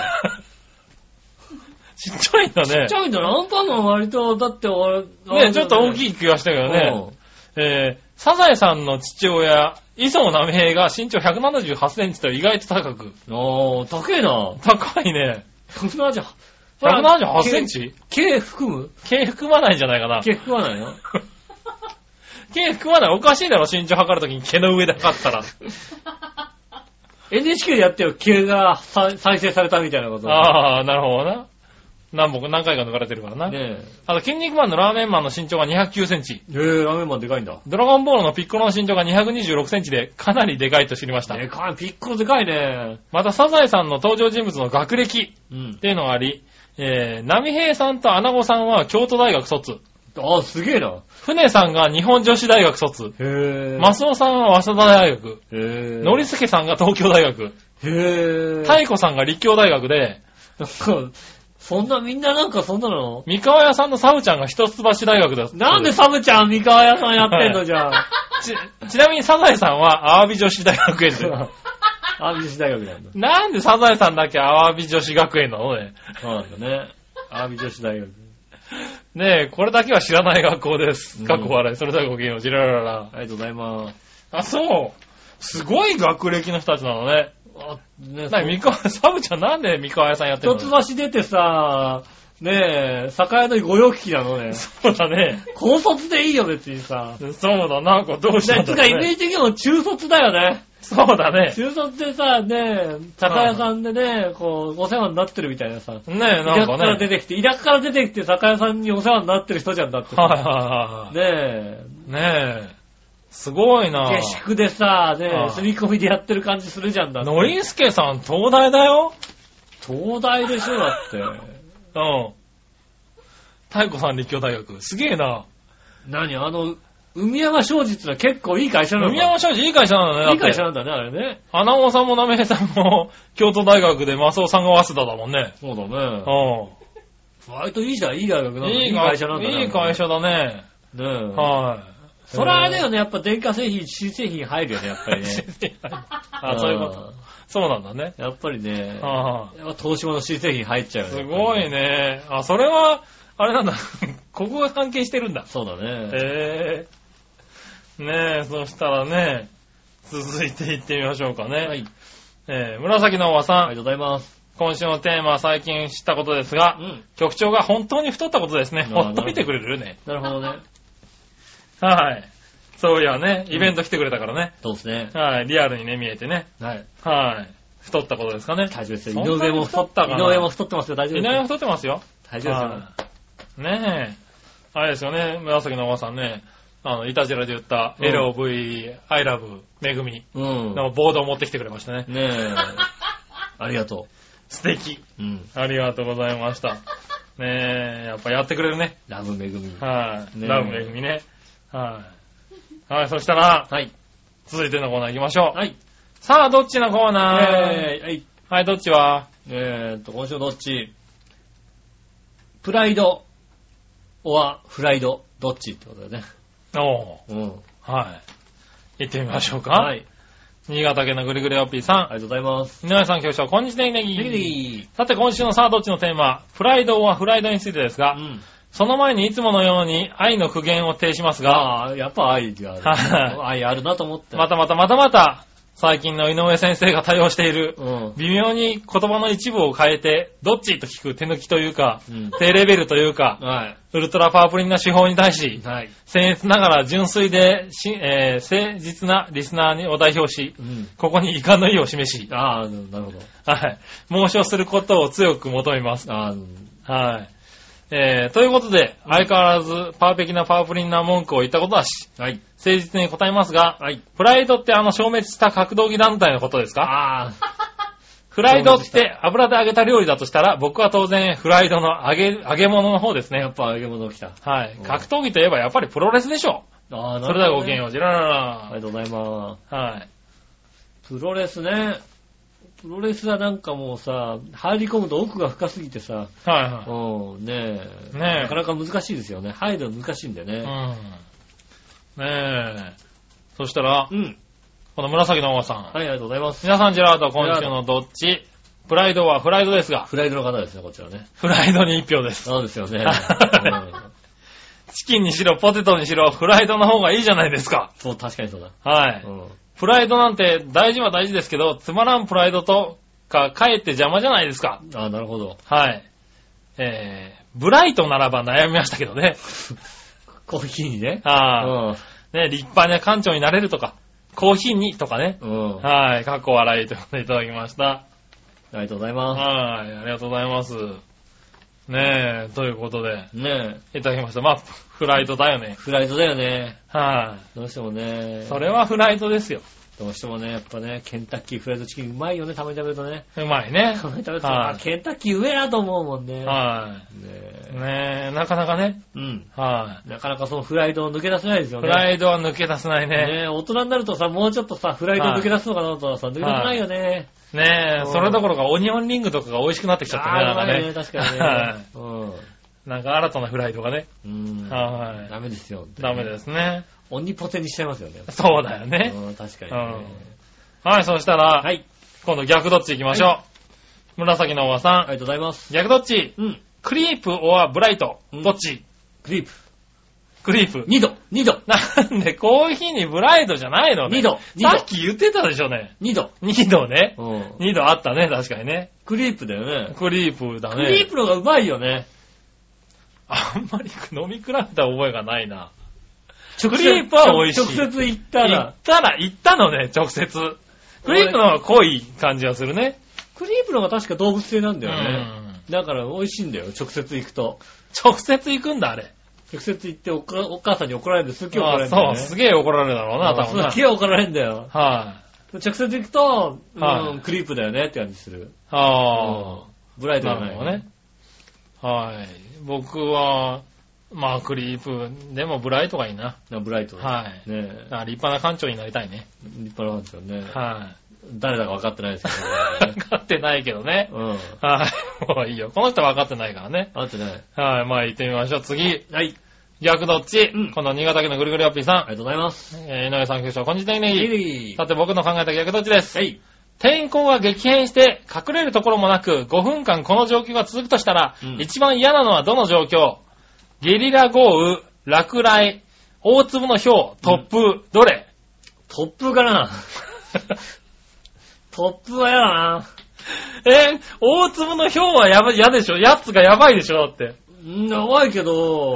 Speaker 3: ちっちゃいんだね。
Speaker 2: ちっちゃいんだな。アンパンマン割と、だって俺、
Speaker 3: ね、ちょっと大きい気がしたけどね。えー、サザエさんの父親、磯野波平が身長ひゃくななじゅうはちセンチと意外と高く。
Speaker 2: あー、高いな。
Speaker 3: 高いね。
Speaker 2: ひゃくななじゅうはち。
Speaker 3: ひゃくななじゅうはちセンチ？
Speaker 2: K 含む？
Speaker 3: K 含まないんじゃないかな。
Speaker 2: K 含まないの
Speaker 3: K 含まない。おかしいだろ、身長測るときに毛の上で測ったら。
Speaker 2: エヌエイチケー でやってよ、毛が再生されたみたいなこと。
Speaker 3: ああ、なるほどな。何本何回か抜かれてるからな。ねえ。あと、筋肉マンのラーメンマンの身長がにひゃくきゅうセンチ。
Speaker 2: へえ、ラーメンマンでかいんだ。
Speaker 3: ドラゴンボールのピッコロの身長がにひゃくにじゅうろくセンチで、かなりでかいと知りました。
Speaker 2: でかい、ピッコロでかいね。
Speaker 3: また、サザエさんの登場人物の学歴っていうのがあり、うん、えー、波平さんとアナゴさんは京都大学卒。
Speaker 2: ああ、すげえな。
Speaker 3: 船さんが日本女子大学卒。
Speaker 2: へえ。
Speaker 3: マスオさんは早稲田大学。
Speaker 2: へえ。
Speaker 3: ノリスケさんが東京大学。
Speaker 2: へえ。
Speaker 3: 太子さんが立教大学で、
Speaker 2: そんなみんななんかそんなの？
Speaker 3: 三河屋さんのサムちゃんが一橋大学だ。
Speaker 2: なんでサムちゃん三河屋さんやってんのじゃあ。
Speaker 3: ち、ちなみにサザエさんはアワビ女子大学園で。
Speaker 2: アワビ女子大学なんだ。
Speaker 3: なんでサザエさんだけアワビ女子学園なのね。
Speaker 2: そうなんだね。アワビ女子大学。
Speaker 3: ねえ、これだけは知らない学校です。過去笑い。それではごきげんよう。ジラララ。
Speaker 2: ありがとうございます。
Speaker 3: あ、そう。すごい学歴の人たちなのね。あ、ね、なに、三河、サブちゃんなんで三河屋さんやってるの？
Speaker 2: 一橋出てさ、 ねえ、酒屋の御用聞きなのね。
Speaker 3: そうだね。
Speaker 2: 高卒でいいよ、別にさ。
Speaker 3: そうだな、これどうしたんだろうね。
Speaker 2: つかイメージ的にも中卒だよね。
Speaker 3: そうだね。
Speaker 2: 中卒でさ、ねえ、酒屋さんでね、こう、お世話になってるみたいなさ。ね
Speaker 3: え、なんかね。
Speaker 2: 田舎から出てきて、田舎から出てきて酒屋さんにお世話になってる人じゃんだって。
Speaker 3: はいはいはい。
Speaker 2: ねえ。
Speaker 3: ねえ。すごいな。
Speaker 2: 下宿でさ、ねえ、住み込みでやってる感じするじゃんだって。
Speaker 3: ノリンスケさん、東大だよ。
Speaker 2: 東大でしょ、だって。うん。
Speaker 3: 太鼓さん立教大学。すげえな。
Speaker 2: 何あの、海山商事ってのは結構いい会社なんだ。
Speaker 3: 海山商事いい会社なんだね。
Speaker 2: いい会社なんだね、あれね。
Speaker 3: 穴尾さんもなめへさんも京都大学で、マスオさんが早稲田だもんね。
Speaker 2: そうだね。
Speaker 3: うん。
Speaker 2: 割といいじゃん、いい大学なんだ。
Speaker 3: いい会社なんだね。いい会社だね。
Speaker 2: ねえ。
Speaker 3: はい。
Speaker 2: それはあれだよね、やっぱ電化製品、新製品入るよね、やっぱりね。
Speaker 3: あ、そういうこと。そうなんだね。
Speaker 2: やっぱりね。
Speaker 3: あ
Speaker 2: あ。やっぱ東芝の新製品入っちゃうよね。
Speaker 3: すごいね。あ、それは、あれなんだ。ここが関係してるんだ。
Speaker 2: そうだね。
Speaker 3: へえ。ねえ、そしたらね、続いていってみましょうかね。はい。えー、紫のおばさん。
Speaker 2: ありがとうございます。
Speaker 3: 今週のテーマは最近知ったことですが、うん、局長が本当に太ったことですね。ほっといてくれるね。
Speaker 2: なるほどね。
Speaker 3: はい。そういやね、イベント来てくれたからね。
Speaker 2: うん、そうですね。
Speaker 3: はい。リアルにね、見えてね。
Speaker 2: はい。
Speaker 3: はい。太ったことですかね。
Speaker 2: 大丈夫ですよ。井上も太ったかな。井上も太ってますよ。大丈夫ですよ。
Speaker 3: 井上も太ってますよ。
Speaker 2: 大丈夫ですよ。
Speaker 3: ねえ。あれですよね、紫のおばさんね。あの、イタジラで言った、エルオーブイ、I love めぐみのボードを持ってきてくれましたね。
Speaker 2: ねえ。ありがとう。
Speaker 3: 素敵。
Speaker 2: うん。
Speaker 3: ありがとうございました。ねえ、やっぱやってくれるね。
Speaker 2: ラブめぐみ。
Speaker 3: はい。ラブめぐみね。はい。はい、そしたら、
Speaker 2: はい。
Speaker 3: 続いてのコーナー行きましょう。
Speaker 2: はい。
Speaker 3: さあ、どっちのコーナー？
Speaker 2: えー、はい。
Speaker 3: はい、どっちは？
Speaker 2: えーっと、今週どっち？プライド、オアフライド、どっちってことだよね。
Speaker 3: おー。
Speaker 2: うん。
Speaker 3: はい。行ってみましょうか。
Speaker 2: はい。
Speaker 3: 新潟県のぐりぐりおっぴーさん。
Speaker 2: ありがとうございます。
Speaker 3: 皆さん、局長、こんにちは、ネギ
Speaker 2: ネギ。
Speaker 3: さて、今週のさあ、どっちのテーマ、プライドはフライドについてですが、うん、その前にいつものように愛の苦言を呈しますが、
Speaker 2: ああ、やっぱ愛がある。愛あるなと思って。
Speaker 3: またまたまたまた、最近の井上先生が対応している、うん、微妙に言葉の一部を変えて、どっちと聞く手抜きというか、うん、低レベルというか、はい、ウルトラパワープリンな手法に対し、はい、僭越ながら純粋でし、えー、誠実なリスナーを代表し、うん、ここに遺憾の意を示し、
Speaker 2: ああ、なるほど。
Speaker 3: はい。申しをすることを強く求めます。あはい。えー、ということで、相変わらずパーフェキなパワープリンな文句を言ったことなし、はい、誠実に答えますが、はい、プライドってあの消滅した格闘技団体のことですか？あフライドって油で揚げた料理だとしたら、僕は当然フライドの揚げ、揚げ物の方ですね。
Speaker 2: やっぱ揚げ物来た。
Speaker 3: はい。格闘技といえばやっぱりプロレスでしょ。ああ、なるほど、ね。それではごきげんよう。じららら。
Speaker 2: ありがとうございます。
Speaker 3: はい。
Speaker 2: プロレスね。プロレスはなんかもうさ、入り込むと奥が深すぎてさ、
Speaker 3: はいはい。
Speaker 2: うん、ねえ。
Speaker 3: ねえ。
Speaker 2: なかなか難しいですよね。入るの難しいんだよね。
Speaker 3: うん。ねえ。そしたら、
Speaker 2: うん。
Speaker 3: この紫のおばさん。
Speaker 2: はい、ありがとうございます。
Speaker 3: 皆さん、ジェラート、今週のどっち？プライドはフライドですが。
Speaker 2: フライドの方ですね、こちらね。
Speaker 3: フライドに一票です。
Speaker 2: そうですよね。うん、
Speaker 3: チキンにしろ、ポテトにしろ、フライドの方がいいじゃないですか。
Speaker 2: そう、確かにそうだ。
Speaker 3: はい。うんプライドなんて大事は大事ですけど、つまらんプライドとか、かえって邪魔じゃないですか。
Speaker 2: ああ、なるほど。
Speaker 3: はい。えー、ブライトならば悩みましたけどね。
Speaker 2: コーヒーにね。
Speaker 3: ああ、うん。ね、立派な館長になれるとか、コーヒーにとかね。うん。はい、かっこ笑いということでいただきました。
Speaker 2: ありがとうございます。
Speaker 3: はい、ありがとうございます。ねえ、ということで。
Speaker 2: ね
Speaker 3: え。いただきました。まあ、フライドだよね。
Speaker 2: フライドだよね。
Speaker 3: はい、
Speaker 2: どうしてもね。
Speaker 3: それはフライドですよ。
Speaker 2: どうしてもね、やっぱね、ケンタッキーフライドチキンうまいよね、たまに食べるとね。
Speaker 3: うまいね。
Speaker 2: たまに食べると、はい、ケンタッキー上だと思うもんね。
Speaker 3: はい。ねえ。ねえ、なかなかね。
Speaker 2: うん。
Speaker 3: はい。
Speaker 2: なかなかそのフライドを抜け出せないですよね。
Speaker 3: フライドは抜け出せないね。
Speaker 2: ねえ、大人になるとさ、もうちょっとさ、フライド抜け出すのかなとさ、抜け出せないよね。
Speaker 3: ねえ、それどころかオニオンリングとかが美味しくなってきちゃったね。
Speaker 2: ああ、ね、確かにね。はい。うん。
Speaker 3: なんか新たなフライドがね。
Speaker 2: うん。
Speaker 3: はい。
Speaker 2: ダメですよ。
Speaker 3: ダメですね。
Speaker 2: オニポテにしちゃいますよね。
Speaker 3: そうだよね。
Speaker 2: うん、確かに、ね。
Speaker 3: うん。はい、そしたら、
Speaker 2: はい。
Speaker 3: 今度逆どっち行きましょう。はい、紫のおばさん。
Speaker 2: ありがとうございます。
Speaker 3: 逆どっち？
Speaker 2: うん。
Speaker 3: クリープオアブライト。どっち？
Speaker 2: クリープ。
Speaker 3: クリープ。
Speaker 2: にど。にど。
Speaker 3: なんでコーヒーにブライトじゃないのね。
Speaker 2: にど。
Speaker 3: さっき言ってたでしょね。
Speaker 2: にど。
Speaker 3: にどね。
Speaker 2: うん。
Speaker 3: にどあったね、確かにね。
Speaker 2: クリープだよね。
Speaker 3: クリープだね。
Speaker 2: クリープのがうまいよね。
Speaker 3: あんまり飲み比べた覚えがないな。クリープは美味しい。
Speaker 2: 直接行ったら。
Speaker 3: 行ったら、行ったのね、直接。クリープの方が濃い感じがするね。
Speaker 2: クリープの方が確か動物性なんだよね。うん、だから美味しいんだよ、直接行くと。
Speaker 3: 直接行くんだ、あれ。
Speaker 2: 直接行っておかお母さんに怒られるんです。すげえ怒られるんだよ、ね。
Speaker 3: そう、すげえ怒られるだろうな、多分。
Speaker 2: すげえ怒られるんだよ。
Speaker 3: はい、
Speaker 2: 直接行くと、
Speaker 3: はい、
Speaker 2: うん、クリープだよねって感じする。
Speaker 3: ああ、
Speaker 2: うん。ブライトじゃないよね。
Speaker 3: はい。僕は、まあ、クリープ、でもブライトがいいな。
Speaker 2: ブライト。
Speaker 3: はい。ねえ。立派な館長になりたいね。
Speaker 2: 立派なんですよね。
Speaker 3: はい。
Speaker 2: 誰だか分かってないですけど、
Speaker 3: ね。分かってないけどね。
Speaker 2: うん。
Speaker 3: はい。もういいよ。この人は分かってないからね。
Speaker 2: 分かってない。
Speaker 3: はい。まあ、行ってみましょう。次。
Speaker 2: はい。
Speaker 3: 逆どっち、うん、この新潟県のぐるぐるよっぴーさん。
Speaker 2: ありがとうございます。
Speaker 3: えー、井上さん、局長、こんにちは。ね
Speaker 2: ぎ。
Speaker 3: さて、僕の考えた逆どっちです。
Speaker 2: はい。
Speaker 3: 天候が激変して隠れるところもなくごふんかんこの状況が続くとしたら、うん、一番嫌なのはどの状況？ゲリラ豪雨、落雷、大粒の氷、突風、うん、どれ？
Speaker 2: 突風かな突風は嫌だな。
Speaker 3: え、大粒の氷はやばい、嫌でしょ？やつがやばいでしょ？だって。
Speaker 2: やばいけど、
Speaker 3: うん、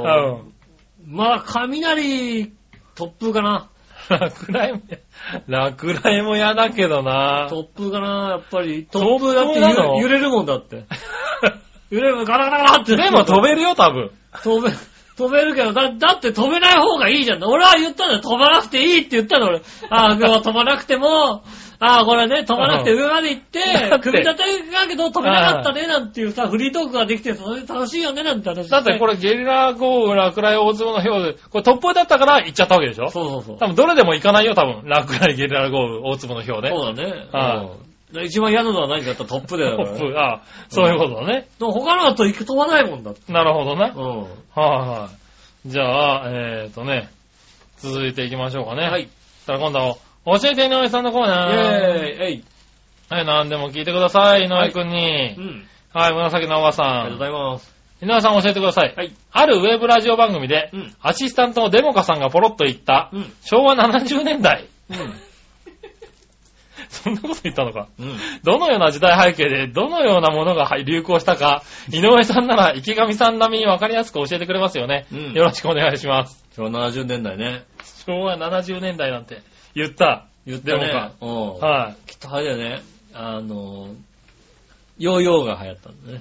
Speaker 2: まあ、雷、突風かな。
Speaker 3: 落雷も、落雷も嫌だけどな。
Speaker 2: 突風かな、やっぱり。突風だって揺れるもんだって。揺れるもん、ガラガラガラって。
Speaker 3: でも飛べるよ、多分。
Speaker 2: 飛べ、飛べるけど、だ、だって飛べない方がいいじゃん。俺は言ったんだよ。飛ばなくていいって言ったの、俺。ああ、飛ばなくても、ああ、これね、飛ばなくて上まで行って、組み立てだけど飛べなかったね、なんていうさ、フリートークができて、それ楽しいよね、なんて話。
Speaker 3: だってこれゲリラ豪雨、落雷、大粒の氷で、これ突風だったから行っちゃったわけでしょ？
Speaker 2: そうそうそう。
Speaker 3: 多分どれでも行かないよ、多分。落雷、ゲリラ豪雨、大粒の氷で。
Speaker 2: そうだね。
Speaker 3: はい、
Speaker 2: うん。一番嫌なのは何かあったらトップだよ、ね。
Speaker 3: トップ、ああ、そういうことだね。
Speaker 2: でも他のだと行く飛ばないもんだって。
Speaker 3: なるほどね。
Speaker 2: うん。
Speaker 3: はい、はい。じゃあ、えーとね、続いていきましょうかね。
Speaker 2: はい。
Speaker 3: たら今度は、教えて井上さんのコーナー。
Speaker 2: イェーイ、えい。
Speaker 3: はい、なんでも聞いてください、井上くんに。はい、
Speaker 2: うん、
Speaker 3: はい、紫のおばさん。
Speaker 2: ありがとうございます。
Speaker 3: 井上さん教えてください。
Speaker 2: はい。
Speaker 3: あるウェブラジオ番組で、
Speaker 2: うん、
Speaker 3: アシスタントのデモカさんがポロッと言った、うん、昭和ななじゅうねんだい。
Speaker 2: うん。
Speaker 3: そんなこと言ったのか。
Speaker 2: うん。
Speaker 3: どのような時代背景で、どのようなものが流行したか、井上さんなら池上さん並みに分かりやすく教えてくれますよね。うん。よろしくお願いします。
Speaker 2: 昭和ななじゅうねんだいね。
Speaker 3: 昭和ななじゅうねんだいなんて言った。
Speaker 2: 言ったね。
Speaker 3: デモカ。
Speaker 2: うん。
Speaker 3: はい。
Speaker 2: きっとあれだよね。あの、ヨーヨーが流行ったんだね。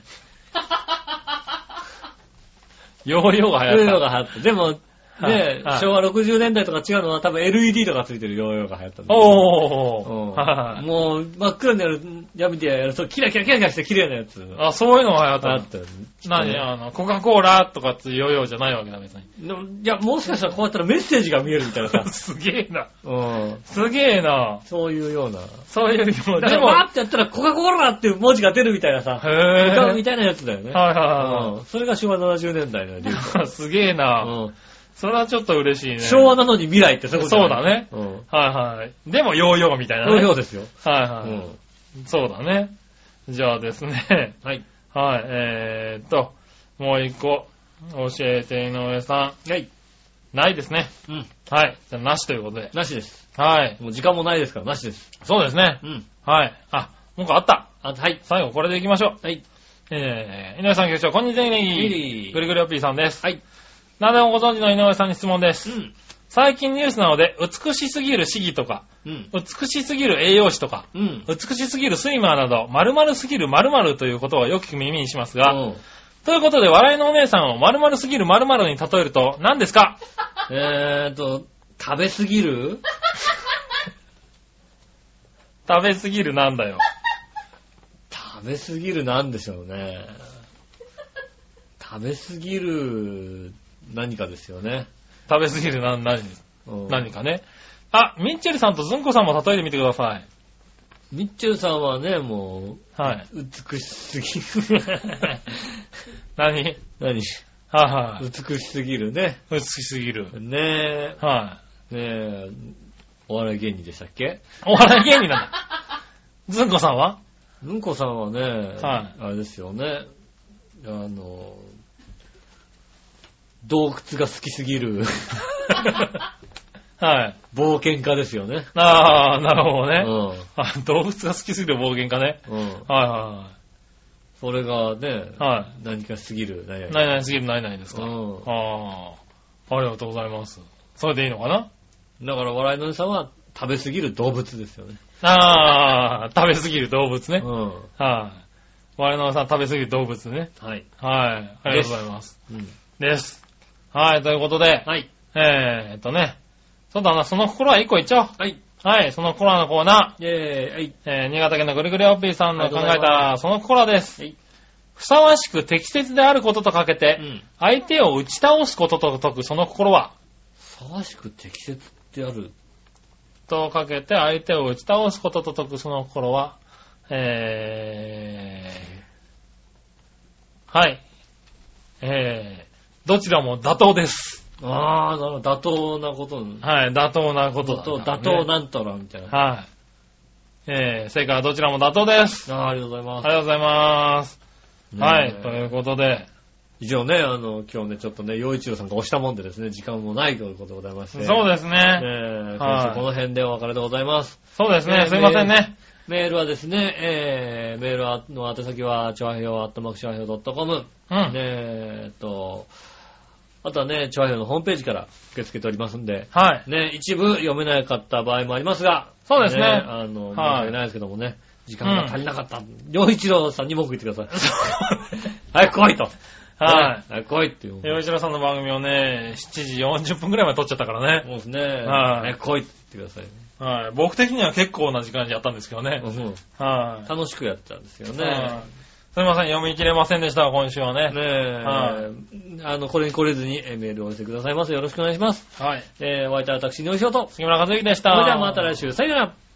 Speaker 3: ヨーヨーが流行った。
Speaker 2: ヨーヨーが流行った。でも、ね、はい、昭和ろくじゅうねんだいとか違うのは多分 エルイーディー とかついてるヨーヨーが流行ったんだ、ね。
Speaker 3: お
Speaker 2: ー。うん、もう真っ黒になる、闇でやるとキラキラキラキラして綺麗なやつ。
Speaker 3: あ、そういうのが流行ったの。
Speaker 2: あったよね。
Speaker 3: 何、ね、あの、コカ・コーラとかってヨーヨーじゃないわけだ、別に。
Speaker 2: いや、もしかしたらこうやったらメッセージが見えるみたいなさ。
Speaker 3: すげえな。
Speaker 2: うん。
Speaker 3: すげえな。
Speaker 2: そういうような。
Speaker 3: そういうような。
Speaker 2: でも、わーってやったらコカ・コーラっていう文字が出るみたいなさ。
Speaker 3: へぇー。
Speaker 2: みたいなやつだよね。
Speaker 3: はいはいはい。
Speaker 2: うん。それが昭和ななじゅうねんだいの流行。
Speaker 3: すげえな。うん。それはちょっと嬉しいね。
Speaker 2: 昭和なのに未来ってそういうこと
Speaker 3: そうだね。
Speaker 2: うん。
Speaker 3: はいはい。でもヨーヨーみたいなね。
Speaker 2: ヨーヨーですよ。
Speaker 3: はいはい。うん。そうだね。じゃあですね。
Speaker 2: はい。
Speaker 3: はい。えーっと、もう一個、教えて井上さ
Speaker 2: ん。はい。
Speaker 3: ないですね。
Speaker 2: うん。
Speaker 3: はい。じゃあなしということで。
Speaker 2: なしです。
Speaker 3: はい。
Speaker 2: もう時間もないですから、なしです。
Speaker 3: そうですね。
Speaker 2: うん。
Speaker 3: はい。あ、もう一個あった。
Speaker 2: あ、はい。
Speaker 3: 最後これでいきましょう。
Speaker 2: はい。
Speaker 3: えー、井上さん局長、こんにちは。
Speaker 2: いい。
Speaker 3: ぐりぐりおっぴーさんです。
Speaker 2: はい。
Speaker 3: 何でもご存知の井上さんに質問です。
Speaker 2: うん。
Speaker 3: 最近ニュースなので、美しすぎる市議とか、
Speaker 2: うん、
Speaker 3: 美しすぎる栄養士とか、
Speaker 2: うん、
Speaker 3: 美しすぎるスイマーなど、〇〇すぎる〇〇ということはよく耳にしますが、うん、ということで、笑いのお姉さんを〇〇すぎる〇〇に例えると何ですか？
Speaker 2: えーと、食べすぎる
Speaker 3: 食べすぎるなんだよ。
Speaker 2: 食べすぎるなんでしょうね。食べすぎる何かですよね。
Speaker 3: 食べすぎる何、何、何かね。あ、ミッチェルさんとズンコさんも例えてみてください。
Speaker 2: ミッチェルさんはね、も
Speaker 3: う、はい。
Speaker 2: 美しすぎる。
Speaker 3: 何
Speaker 2: 何
Speaker 3: はいはい。
Speaker 2: 美しすぎるね。
Speaker 3: 美しすぎる。
Speaker 2: ねえ。
Speaker 3: はい。
Speaker 2: ねえ。お笑い芸人でしたっけ？
Speaker 3: お笑い芸人なんだ。ズンコさんは？
Speaker 2: ズンコさんはね、
Speaker 3: はい。
Speaker 2: あれですよね。あの、洞窟が好きすぎる。
Speaker 3: はい。
Speaker 2: 冒険家ですよね。
Speaker 3: ああ、なるほどね。
Speaker 2: うん。
Speaker 3: 動物が好きすぎる冒険家ね。
Speaker 2: うん。はい
Speaker 3: はいはい。
Speaker 2: それがね、
Speaker 3: はい。
Speaker 2: 何かすぎる何々。
Speaker 3: 何々すぎる何々ですか。うん。ああ。ありがとうございます。それでいいのかな？
Speaker 2: だから笑いのおじさんは食べすぎる動物ですよね。
Speaker 3: ああ、食べすぎる動物ね。
Speaker 2: うん。
Speaker 3: はい。我々のさん食べ過ぎる動物ね。
Speaker 2: はい。
Speaker 3: はい。ありがとうございます。
Speaker 2: うん。
Speaker 3: です。はい、ということで。
Speaker 2: はい。
Speaker 3: えーっとね。そうだな、その心はいっこいっちゃおう。
Speaker 2: はい。
Speaker 3: はい、その心のコーナー。
Speaker 2: イェーイ。はい。
Speaker 3: えー、新潟県のぐるぐるおっぴーさんの考えたその心です。はい。ふさわしく適切であることとかけて、うん、相手を打ち倒すことと解くその心は
Speaker 2: ふさわしく適切である
Speaker 3: とかけて、相手を打ち倒すことと解くその心は、えー、はい。えー、どちらも妥当です。
Speaker 2: ああ、なるほど。妥当なこと。
Speaker 3: はい、妥当なことだ、ね。
Speaker 2: 妥当なんとらみたいな。
Speaker 3: はい。えー、正解はどちらも妥当です。
Speaker 2: ああ、ありがとうございます。
Speaker 3: ありがとうございます。はい、ということで。
Speaker 2: 以上ね、あの、今日ね、ちょっとね、陽一郎さんが押したもんでですね、時間もないということでございまして。
Speaker 3: そうですね。ね
Speaker 2: え、はい、この辺でお別れでございます。
Speaker 3: そうですね、すいませんね。
Speaker 2: メールはですね、えー、メールの宛先は、ちょわひょう、アットマークちょわひょう .com。うん。えーっと、あとはね、ちょわひょうのホームページから受け付けておりますんで、
Speaker 3: はい。
Speaker 2: ね、一部読めなかった場合もありますが、
Speaker 3: そうですね。ね
Speaker 2: あの、申し訳ないですけどもね、時間が足りなかった。陽一郎さんに文句言ってください。早く来いと。
Speaker 3: はい。
Speaker 2: 早く来いっていう。
Speaker 3: 陽一郎さんの番組をね、しちじよんじゅっぷんくらいまで撮っちゃったからね。
Speaker 2: そうですね。
Speaker 3: はい。
Speaker 2: 早く来いって言ってくださいね。
Speaker 3: はい。僕的には結構な時間にやったんですけどね。
Speaker 2: うん。
Speaker 3: はい。
Speaker 2: 楽しくやったんですよね。はい。
Speaker 3: すみません、読み切れませんでした、今週はね。
Speaker 2: ねえ。はい。あの、これに来れずにメールをお寄せくださいませ。よろしくお願いします。
Speaker 3: はい。
Speaker 2: えー、お相手は私、井上翔と
Speaker 3: 杉村和之でした。
Speaker 2: それではまた来週、さよなら。